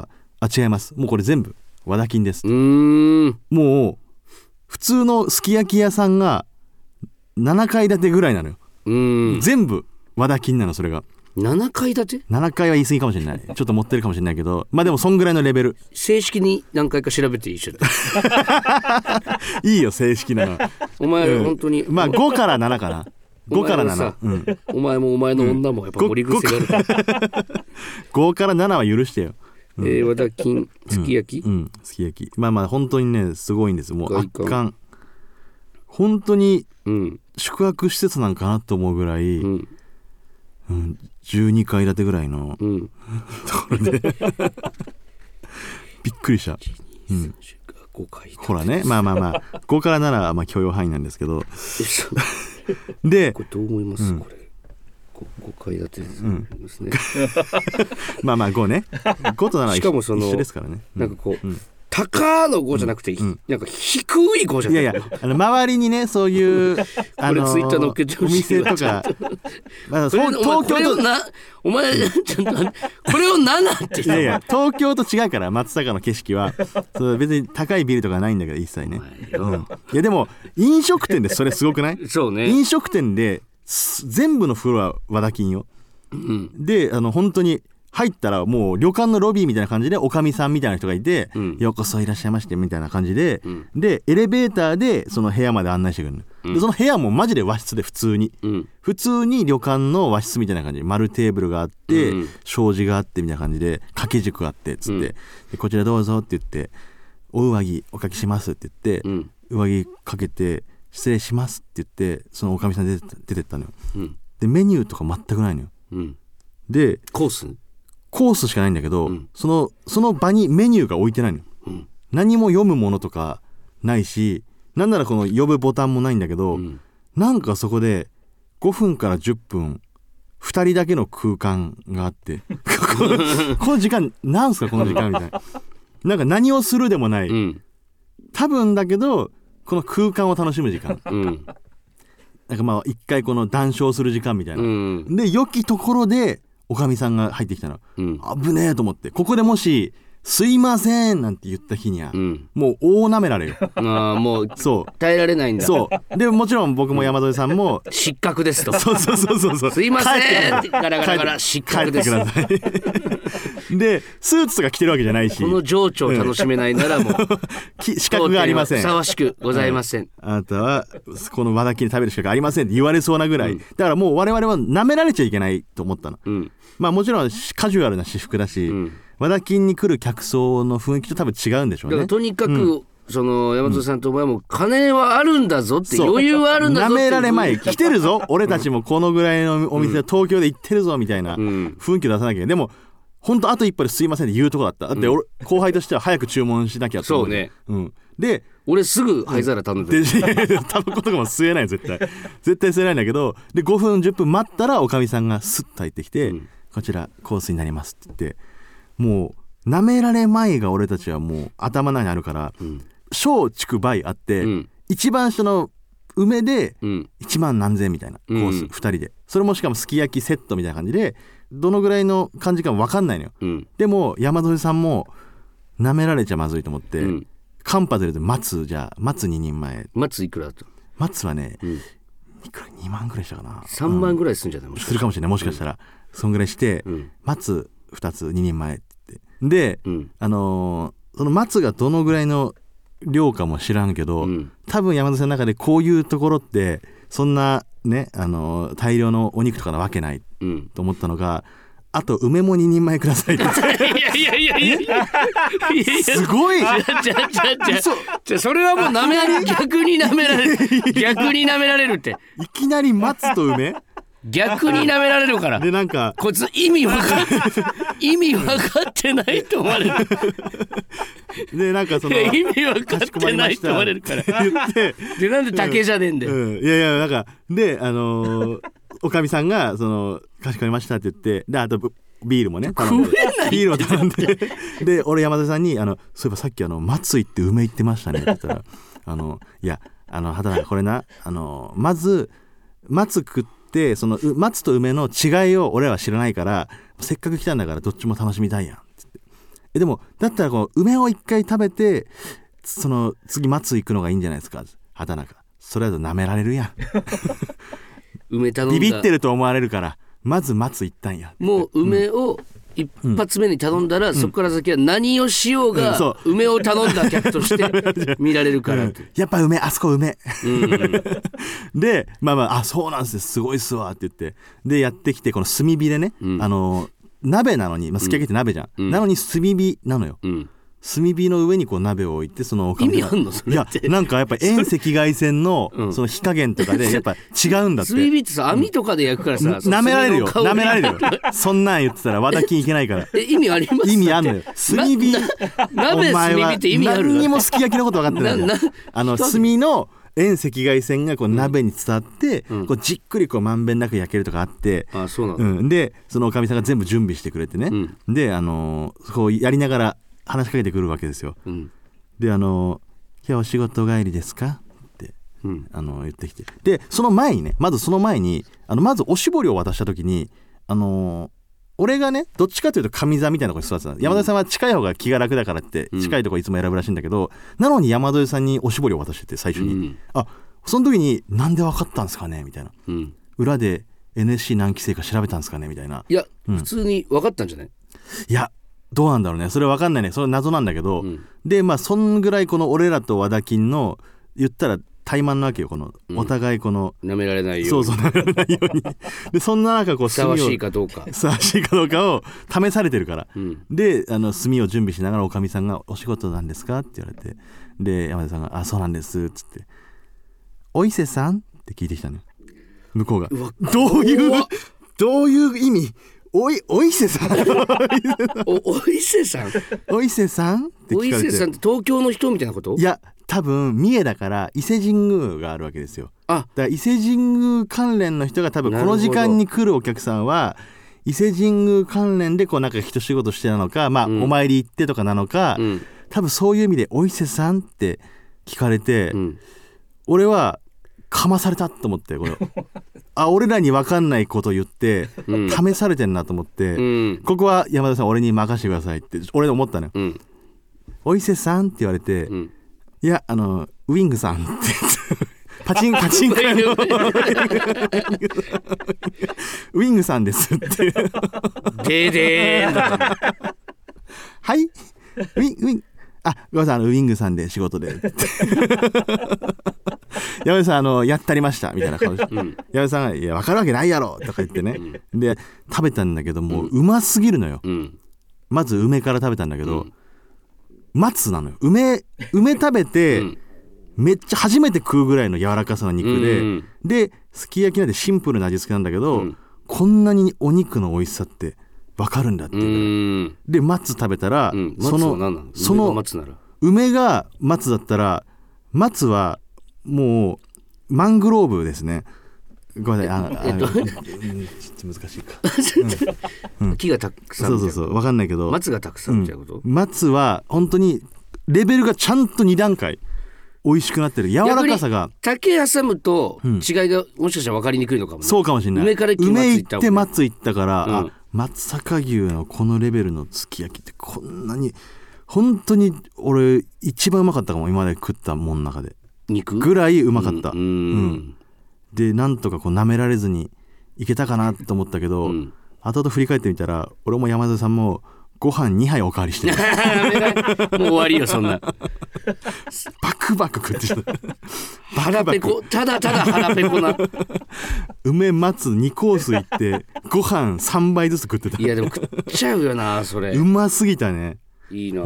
あ違います、もうこれ全部和田金です。 うーん、 もう普通のすき焼き屋さんがななかい建てぐらいなのよ。 うーん、 全部和田金なの。それがななかい建て。 ななかいは言い過ぎかもしれない、ちょっと持ってるかもしれないけど、まあでもそんぐらいのレベル。 正式に何回か調べていいっしょいいよ正式なの。 お前、 うん、 本当にまあごからななかな。ごからなな、うん、 お前もお前の女もやっぱ盛り癖があるから、 ごからななは許してよ。 うん、えー、和田金すき焼き、 うんうん、すき焼き、まあまあ本当にねすごいんです。もう圧巻、本当に宿泊施設なんかなと思うぐらい、うんうん、じゅうにかい建てぐらいの、うん、ところでびっくりした、うん、 ごかいほらね、まあまあまあごからななはまあ許容範囲なんですけどでこれどう思います、うん、これ ご, ごかい建てですね、うんまあまあごね、ごとななは一緒ですからね。 なんかこう、うん、高のごじゃなくて、うん、なんか低いごじゃない。 いやいや、あの周りにねそういうあのー、これツイッター載っけてほしい。お店とか、 まあ、東京となお前ちょっとこれをななっていやいや東京と違うから松坂の景色はそう別に高いビルとかないんだけど一切ね、うん、いやでも飲食店でそれすごくない？ そうね、 飲食店で全部のフロア和田金よ、うん、であの本当に入ったらもう旅館のロビーみたいな感じでおかみさんみたいな人がいて、うん、ようこそいらっしゃいましてみたいな感じで、うん、でエレベーターでその部屋まで案内してくるの、うん、でその部屋もマジで和室で普通に、うん、普通に旅館の和室みたいな感じで丸テーブルがあって、うん、障子があってみたいな感じで掛け軸があってっつって、うん、でこちらどうぞって言ってお上着おかけしますって言って、うん、上着かけて失礼しますって言ってそのおかみさん出て、出てったのよ、うん、でメニューとか全くないのよ、うん、でコースコースしかないんだけど、うん、そのその場にメニューが置いてないの、うん、何も読むものとかないし、なんならこの呼ぶボタンもないんだけど、うん、なんかそこでごふんからじゅっぷんふたりだけの空間があってこの、この時間なんすかこの時間みたいな、なんか何をするでもない、うん、多分だけどこの空間を楽しむ時間、うん、なんかまあ一回この談笑する時間みたいな、うん、で良きところでおかみさんが入ってきたの、うん、危ねえと思って、ここでもしすいませんなんて言った日には、うん、もう大なめられよ。 あもうそう耐えられないんだ。 そうでもちろん僕も山添さんも、 うん、失格ですと。 そうそうそうそうそうすいませんってガラガラガラ失格です。 帰ってくださいでスーツとか着てるわけじゃないし、 この情緒を楽しめないならもう、うん、 資格がありません、 ふさわしくございません、 はい、あなたはこの和田金食べる資格ありませんって言われそうなぐらい、うん、だからもう我々は舐められちゃいけないと思ったの、うん、まあもちろんカジュアルな私服だし、うん、和田金に来る客層の雰囲気と多分違うんでしょうね。 だからとにかく、うん、その山本さんとお前も金はあるんだぞって、余裕はあるんだぞって、 舐められまい来てるぞ俺たちもこのぐらいのお店は東京で行ってるぞみたいな雰囲気を出さなきゃ。でも本当あと一歩ですいませんって言うとこだった。だって俺、うん、後輩としては早く注文しなきゃと思う。 そうね、 うん、で俺すぐ灰皿頼んでる、 うん、タバコとかも吸えない絶対絶対吸えないんだけど、でごふんじゅっぷん待ったらおかみさんがスッと入ってきて、うん、こちらコースになりますって言って、もう舐められまいが俺たちはもう頭の中にあるから、うん、小畜梅あって、うん、一番下の梅でいちまん何千みたいなコース、うん、ふたりで、それもしかもすき焼きセットみたいな感じでどのぐらいの感じか分かんないのよ、うん、でも山添さんも舐められちゃまずいと思って、うん、カンパゼルで松じゃあ松ににんまえ、 松いくらだと、 松はね、うん、いくらにまんぐらいしたかな、 さんまんぐらいするんじゃない、 うん、するかもしれない、もしかしたら、うん、そんぐらいして、うん、松ふたつににんまえって言ってで、うん、あのー、その松がどのぐらいの量かも知らんけど、うん、多分山田さんの中でこういうところってそんなね、あのー、大量のお肉とかなわけないと思ったのが、うん、あと梅もににんまえくださいっていやいやいやいやすごいじゃじゃじゃじゃそれはもうなめられ逆になめられる逆になめられるっていきなり松と梅逆に舐められるからでなんかこいつ意味分か意味分かってないと思われるでなんかその意味分かってないと思われるから言ってでなんで竹じゃねえんだよ、 うんうん、いやいやなんかであのー、おかみさんがそのかしこまりましたって言ってであとビールもね頼んでビールを頼んでで俺山田さんにあのそういえばさっきあの松行って梅行ってましたねって言ったらあのいやあの畑中これなあのまず松食ってでその松と梅の違いを俺は知らないからせっかく来たんだからどっちも楽しみたいやんってえでもだったらこう梅を一回食べてその次松行くのがいいんじゃないですか。畑中それだと舐められるやん梅頼んだビビってると思われるからまず松行ったんや。 もう梅を一発目に頼んだら、うん、そこから先は何をしようが、うん、梅を頼んだ客として見られるからって、 うん、やっぱ梅あそこ梅、 うんうん、 でまあまああそうなんですすごいっすわって言ってでやってきてこの炭火でね、うん、あの鍋なのに、まあ、すき焼きって鍋じゃん、うん、なのに炭火なのよ、うん、炭火の上にこう鍋を置いてそのおかみ意味あんのそれって。 いやなんかやっぱ遠赤外線のその火加減とかでやっぱ違うんだって。 炭火ってさ網とかで焼くからさ、 うん、舐められるよ舐められるよそんなん言ってたら和田金いけないからえ意味あります意味あんのよ炭火鍋炭火って意味ある。 何にもすき焼きのこと分かってないななあの炭の遠赤外線がこう鍋に伝わって、うん、こうじっくりこうまんべんなく焼けるとかあって、 あそうなんだ、 うん、でそのおかみさんが全部準備してくれてね、うん、であのー、こうやりながら話しかけてくるわけですよ、うん、であのー、今日お仕事帰りですかって、うん、あのー、言ってきてでその前にねまずその前にあのまずおしぼりを渡した時にあのー、俺がねどっちかというと上座みたいなところに座ってた、うん、山添さんは近い方が気が楽だからって近いところいつも選ぶらしいんだけど、うん、なのに山添さんにおしぼりを渡してて最初に、うん、あその時になんで分かったんですかねみたいな、うん、裏で エヌエスシー 何期生か調べたんですかねみたいな。 いや、 うん、 普通に分かったんじゃない。 いやどうなんだろうねそれ分かんないねそれ謎なんだけど、うん、でまあそんぐらいこの俺らと和田金の言ったら怠慢なわけよこの、うん、お互いこの舐められないようにそうそう舐められないようにでそんな中こうふさわしいかどうかふさわしいかどうかを試されてるから、うん、であの炭を準備しながらおかみさんがお仕事なんですかって言われてで山田さんがあそうなんですっつってお伊勢さんって聞いてきたのよ向こうが。どういうどういう意味おいお伊勢さんおお伊勢さんお伊勢さんって聞かれてお伊勢さんって東京の人みたいなこと。 いや多分三重だから伊勢神宮があるわけですよ。あだから伊勢神宮関連の人が多分この時間に来るお客さんは伊勢神宮関連でこうなんか一仕事してなのかまあ、うん、お参り行ってとかなのか、うん、多分そういう意味でお伊勢さんって聞かれて、うん、俺はかまされたと思ってこれあ俺らに分かんないこと言って、うん、試されてんなと思って、うん、ここは山田さん俺に任せてくださいって俺思ったのよ、うん、お伊勢さんって言われて、うん、いやあのウィングさんってパチンパチンからのウィングさんですってででーんはいウィンウィンあごめんなさいあのウィングさんで仕事で山根さんあのやったりましたみたいな顔して、うん、山根さんがいや分かるわけないやろとか言ってね、うん、で食べたんだけどもううますぎるのよ、うん、まず梅から食べたんだけど、うん、松なのよ 梅, 梅食べて、うん、めっちゃ初めて食うぐらいの柔らかさの肉で、うん、ですき焼きなんてシンプルな味付けなんだけど、うん、こんなにお肉の美味しさって分かるんだっていう、うん、で松食べたら、うん、そのその松なら梅が松だったら松はもうマングローブですね。ごめんなさいあ、えっと、あちょっと難しいか、 うん、木がたくさんそうそうそう分かんないけど松がたくさんみたいなこと、 うん、松は本当にレベルがちゃんとに段階美味しくなってる柔らかさが竹挟むと違いがもしかしたら分かりにくいのかもね、 うん、そうかもしれない。 梅から梅行って松行ったから、うん、 あ松阪牛のこのレベルのすき焼きってこんなに本当に俺一番うまかったかも今まで食ったもんの中で肉ぐらいうまかった、 うんうんうん、でなんとかこう舐められずにいけたかなと思ったけど、うん、後々振り返ってみたら俺も山添さんもご飯にはいおかわりしてるもう終わりよそんなバクバク食ってた腹ペコただただ腹ペコな梅松にコース行ってご飯さんばいずつ食ってた。 いやでも食っちゃうよなそれうますぎたね。 いいな、うん、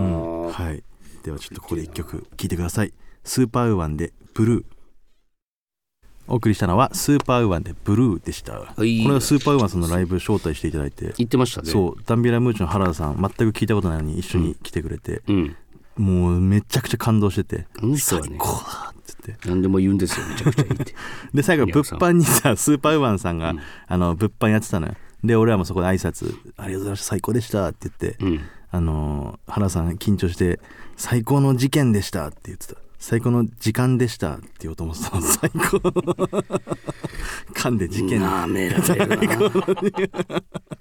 はいではちょっとここでいっきょく聴いてください。スーパーウーワンでブルー。お送りしたのはスーパーウーワンでブルーでした、はい、これはスーパーウーワンさんのライブ招待していただいて言ってましたね。 そうダンビラムーチョの原田さん全く聞いたことないのに一緒に来てくれて、うん、もうめちゃくちゃ感動してて、 うん、最高だって言って何でも言うんですよめちゃくちゃいいってで最後物販にさスーパーウーワンさんが、うん、あの物販やってたのよ。で俺らもそこで挨拶ありがとうございました最高でしたって言って、うん、あの原田さん緊張して最高の事件でしたって言ってた。最高の時間でしたって言おうと思ってたの最高噛んで事件なめられるな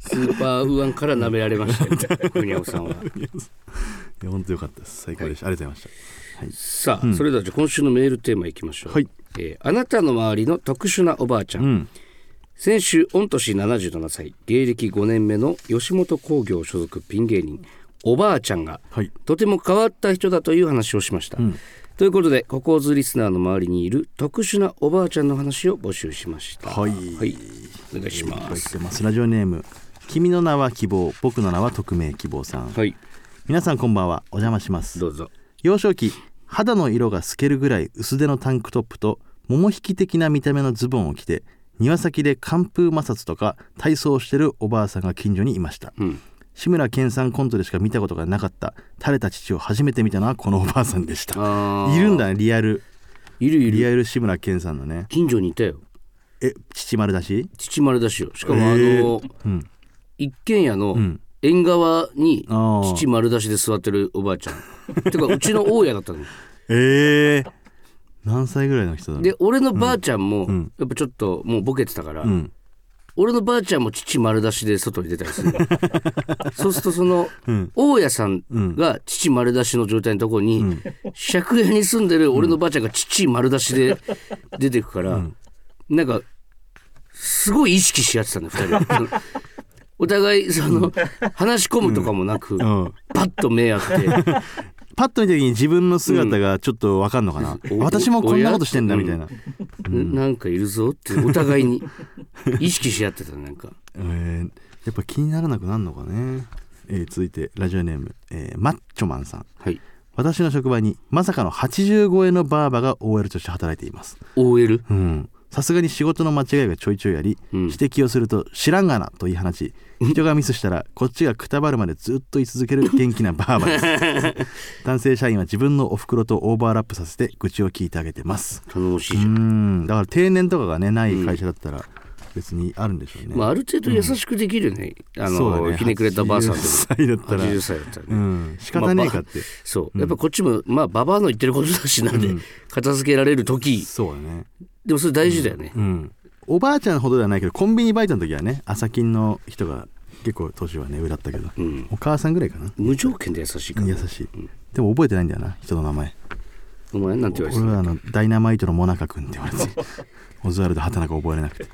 スーパーウアンから舐められましたよ国山さんは。いや本当良かったです。最高でした、はい、ありがとうございました、はい、 さあ、うん、それではじゃあ今週のメールテーマいきましょう、 はいえー、あなたの周りの特殊なおばあちゃん、うん、先週御年ななじゅうななさい芸歴ごねんめの吉本興業所属ピン芸人おばあちゃんが、はい、とても変わった人だという話をしました、うん、ということでココーズリスナーの周りにいる特殊なおばあちゃんの話を募集しました。 はい、 はい、お願いします。 ますラジオネーム君の名は希望僕の名は匿名希望さん、 はい、 皆さんこんばんは。お邪魔します。 どうぞ。 幼少期肌の色が透けるぐらい薄手のタンクトップと桃引き的な見た目のズボンを着て庭先で寒風摩擦とか体操をしてるおばあさんが近所にいました、うん、志村けんさんコントでしか見たことがなかった垂れた乳を初めて見たのはこのおばあさんでした。いるんだね、リアルいるいるリアル志村けんさんのね。 近所にいたよ。 え乳丸出し乳丸出しよ。しかもあの、えーうん、一軒家の縁側に乳丸出しで座ってるおばあちゃんてかうちの大家だったの。 えー何歳ぐらいの人だろう。 で俺のばあちゃんも、うん、やっぱちょっともうボケてたから、うん、俺のばあちゃんも父丸出しで外に出たりするそうするとその、うん、大家さんが父丸出しの状態のところに、うん、借家に住んでる俺のばあちゃんが父丸出しで出てくから、うん、なんかすごい意識し合ってたんだふたりお互いその、うん、話し込むとかもなく、うん、パッと目合ってパッと見た時に自分の姿がちょっと分かんのかな、うん、私もこんなことしてんだみたいな、 うんうん、なんかいるぞってお互いに意識し合ってた。なんか、 えー、やっぱ気にならなくなるのかね、えー、続いてラジオネーム、えー、マッチョマンさん、はい、私の職場にまさかのはちじゅう超えのバーバが オーエル として働いています。 オーエル？ うん、さすがに仕事の間違いがちょいちょいあり、うん、指摘をすると知らんがなと言い放ち人がミスしたらこっちがくたばるまでずっと言い続ける元気なバーバです男性社員は自分のお袋とオーバーラップさせて愚痴を聞いてあげてます。 楽しいじゃん。うんだから定年とかがねない会社だったら別にあるんでしょうね、 まあ、ある程度優しくできるよね、うん、あのね、ひねくれたばあさんでもはちじゅっさいだったらはちじゅっさいだったらね、うん、仕方ねえかって、まあ、 そう、うん、やっぱこっちもまあババアの言ってることだしなんで、うん、片付けられる時そうだね。 でもそれ大事だよね、 うんうん、おばあちゃんほどではないけどコンビニバイトの時はね朝勤の人が結構年はね上だったけど、うん、お母さんぐらいかな。 無条件で優しいから、 優しい、うん、でも覚えてないんだよな人の名前。 お前なんて言われてた？ 俺はあのダイナマイトのモナカ君って言われてオズワルド畑中覚えれなくて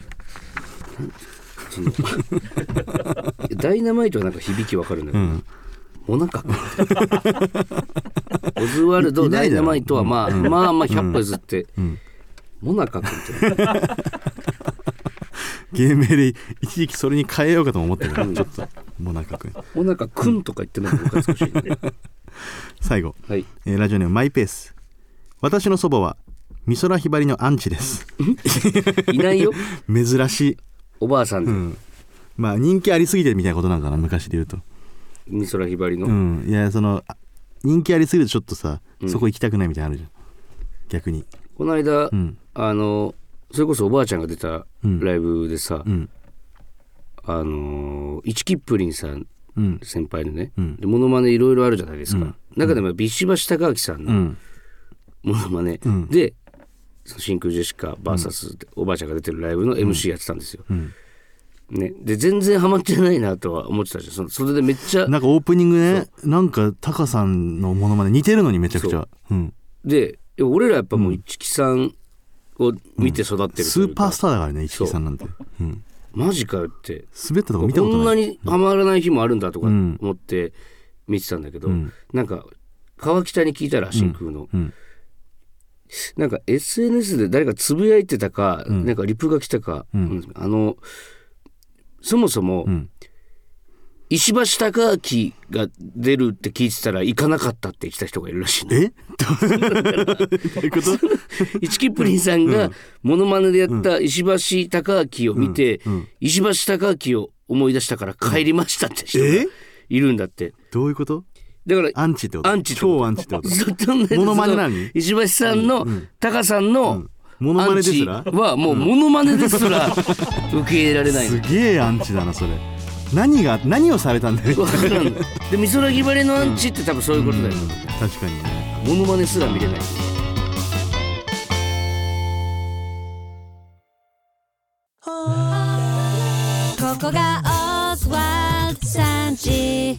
ダイナマイトはなんか響きわかるんだけど、うん、モナカ君オズワルドダイナマイトはまあ、うん、まあまあひゃっぽ譲って、うん、モナカ君って芸名で一時期それに変えようかとも思ってるからちょっとモナカ君モナカ君とか言ってないのか少し、ね、 最後、 はいえー、ラジオネームマイペース。私の祖母は美空ひばりのアンチですいないよ珍しいおばあさんで、うん、 まあ人気ありすぎてみたいなことなんかな昔で言うと。 美空ひばりの、 うん、いやその人気ありすぎるとちょっとさ、うん、そこ行きたくないみたいなのあるじゃん逆に。 この間、うん、あのそれこそおばあちゃんが出たライブでさ、うん、あのイチキップリンさん、うん、先輩のね、うん、でモノマネいろいろあるじゃないですか、うん、中でもビシバシ高明さんのモノマネ、うん、で真空ジェシカ ブイエス おばあちゃんが出てるライブの エムシー やってたんですよ、うんね、で全然ハマってないなとは思ってたじゃん。 そ, それでめっちゃなんかオープニングねなんかタカさんのモノマネ似てるのにめちゃくちゃ、うん、 で俺らやっぱもう市木さんを見て育ってるというか、うん、 スーパースターだからね市木さんなんて、うん、 マジかよって滑ったとこ見たことない。 こんなにハマらない日もあるんだとか思って見てたんだけど、うん、なんか川北に聞いたら真空の、うんうん、なんか エスエヌエス で誰かつぶやいてたか、うん、なんかリプが来たか、うん、あのそもそも、うん、石橋貴明が出るって聞いてたら行かなかったって来た人がいるらしい、ね、 えどういうことイチキップリンさんがモノマネでやった石橋貴明を見て、うんうん、石橋貴明を思い出したから帰りましたって人がいるんだって、うん、 どういうこと？ だからアンチってこと？ アンチってこと超アンチってことモノマネなのに石橋さんの、うん、タカさんの、うんモノマネですらはもうモノマネですら受け入れられない。 すげえアンチだなそれ。何が何をされたんだよ。 で美空ひばりのアンチって多分そういうことだよ、うんうん、 確かにね。 モノマネすら見れない。 ここがさんち。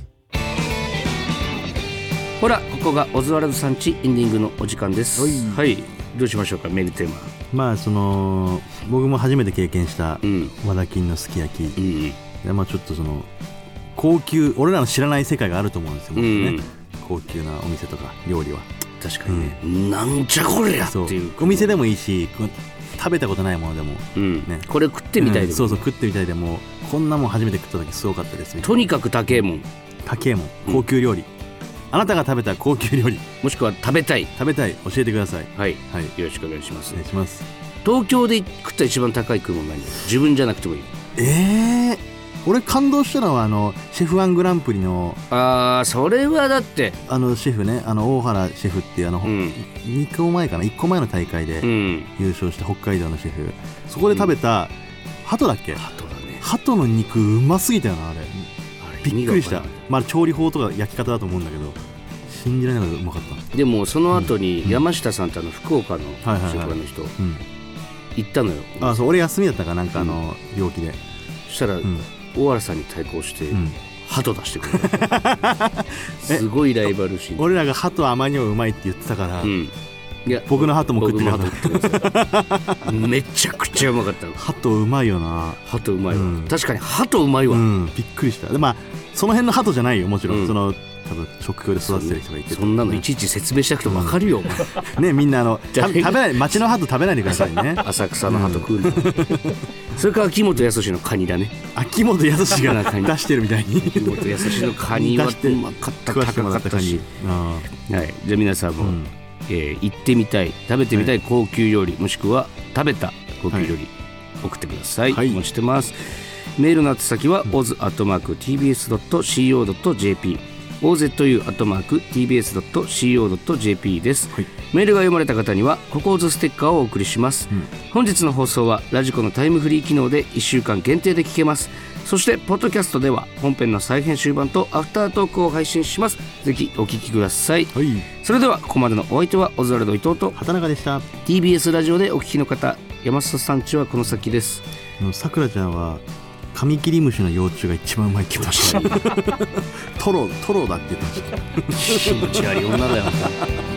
ほらここがオズワルドさんちエンディングのお時間です。はい、どうしましょうかメールテーマ。 まあその僕も初めて経験した和田金のすき焼き、うん、でまあちょっとその高級俺らの知らない世界があると思うんですよ、うん、ね、高級なお店とか料理は確かにね、うん、なんじゃこれやっていう、 お店でもいいし食べたことないものでも、うんね、これ食ってみたいでも、うん、 そうそう食ってみたいでもこんなもん初めて食った時すごかったですね。 とにかく高えもん高えもん高級料理、うん、あなたが食べた高級料理もしくは食べたい食べたい教えてください。 はい、はい、よろしくお願いします。 お願いします。 東京で食った一番高い食い物何？自分じゃなくてもいい。 えー、俺感動したのはあのシェフワングランプリのあーそれはだってあのシェフねあの大原シェフっていうあの、うん、にこまえかないっこまえの大会で優勝した北海道のシェフ、そこで食べた、うん、鳩だっけ？ 鳩だね。 鳩の肉うますぎたよなあれ。あれびっくりした。まあ調理法とか焼き方だと思うんだけど信じられないぐらいうまかった。 でもその後に山下さんとあの福岡の職場の人行ったのよ。 あそう俺休みだったかなんかあの病気で、 そしたら、うん、大原さんに対抗して、うん、鳩出してくれたすごいライバル心。 俺らが鳩あまりにもうまいって言ってたから、うん、いや僕の鳩も食ってくださいめちゃくちゃうまかった。 鳩うまいよな。 鳩うまいわ、うん、確かに鳩うまいわ、うん、 びっくりした。でまあその辺の鳩じゃないよもちろん、うん、その多分食教で育ててる人がいて、 そんなのいちいち説明しなくても分かるよ、 うん、ねみんなあの食べない町の鳩食べないでくださいね浅草の鳩食うの、うん、それから秋元康のカニだね。 秋元康が出してるみたいに秋元康のカニはうまかった高かったし、はい、じゃあ皆さんも、うんえー、行ってみたい食べてみたい高級料理、はい、もしくは食べた高級料理、はい、送ってください、はい、お待ちしてます。メールの宛先は オズ アットマーク ティービーエス ドット シーオー ドット ジェーピーオーゼットユー アットマーク ティービーエス ドット シーオー ドット ジェーピー です、はい、メールが読まれた方にはココーズステッカーをお送りします、うん、本日の放送はラジコのタイムフリー機能でいっしゅうかん限定で聞けます。そしてポッドキャストでは本編の再編集版とアフタートークを配信します。ぜひお聞きください、はい、それではここまでのお相手はオズワルド伊藤と畑中でした。 ティービーエス ラジオでお聞きの方、山里さんちはこの先です。 さくらちゃんはカミキリムシの幼虫が一番うまいって言ってましたトロトロだって言ってました気持ち悪い女だよ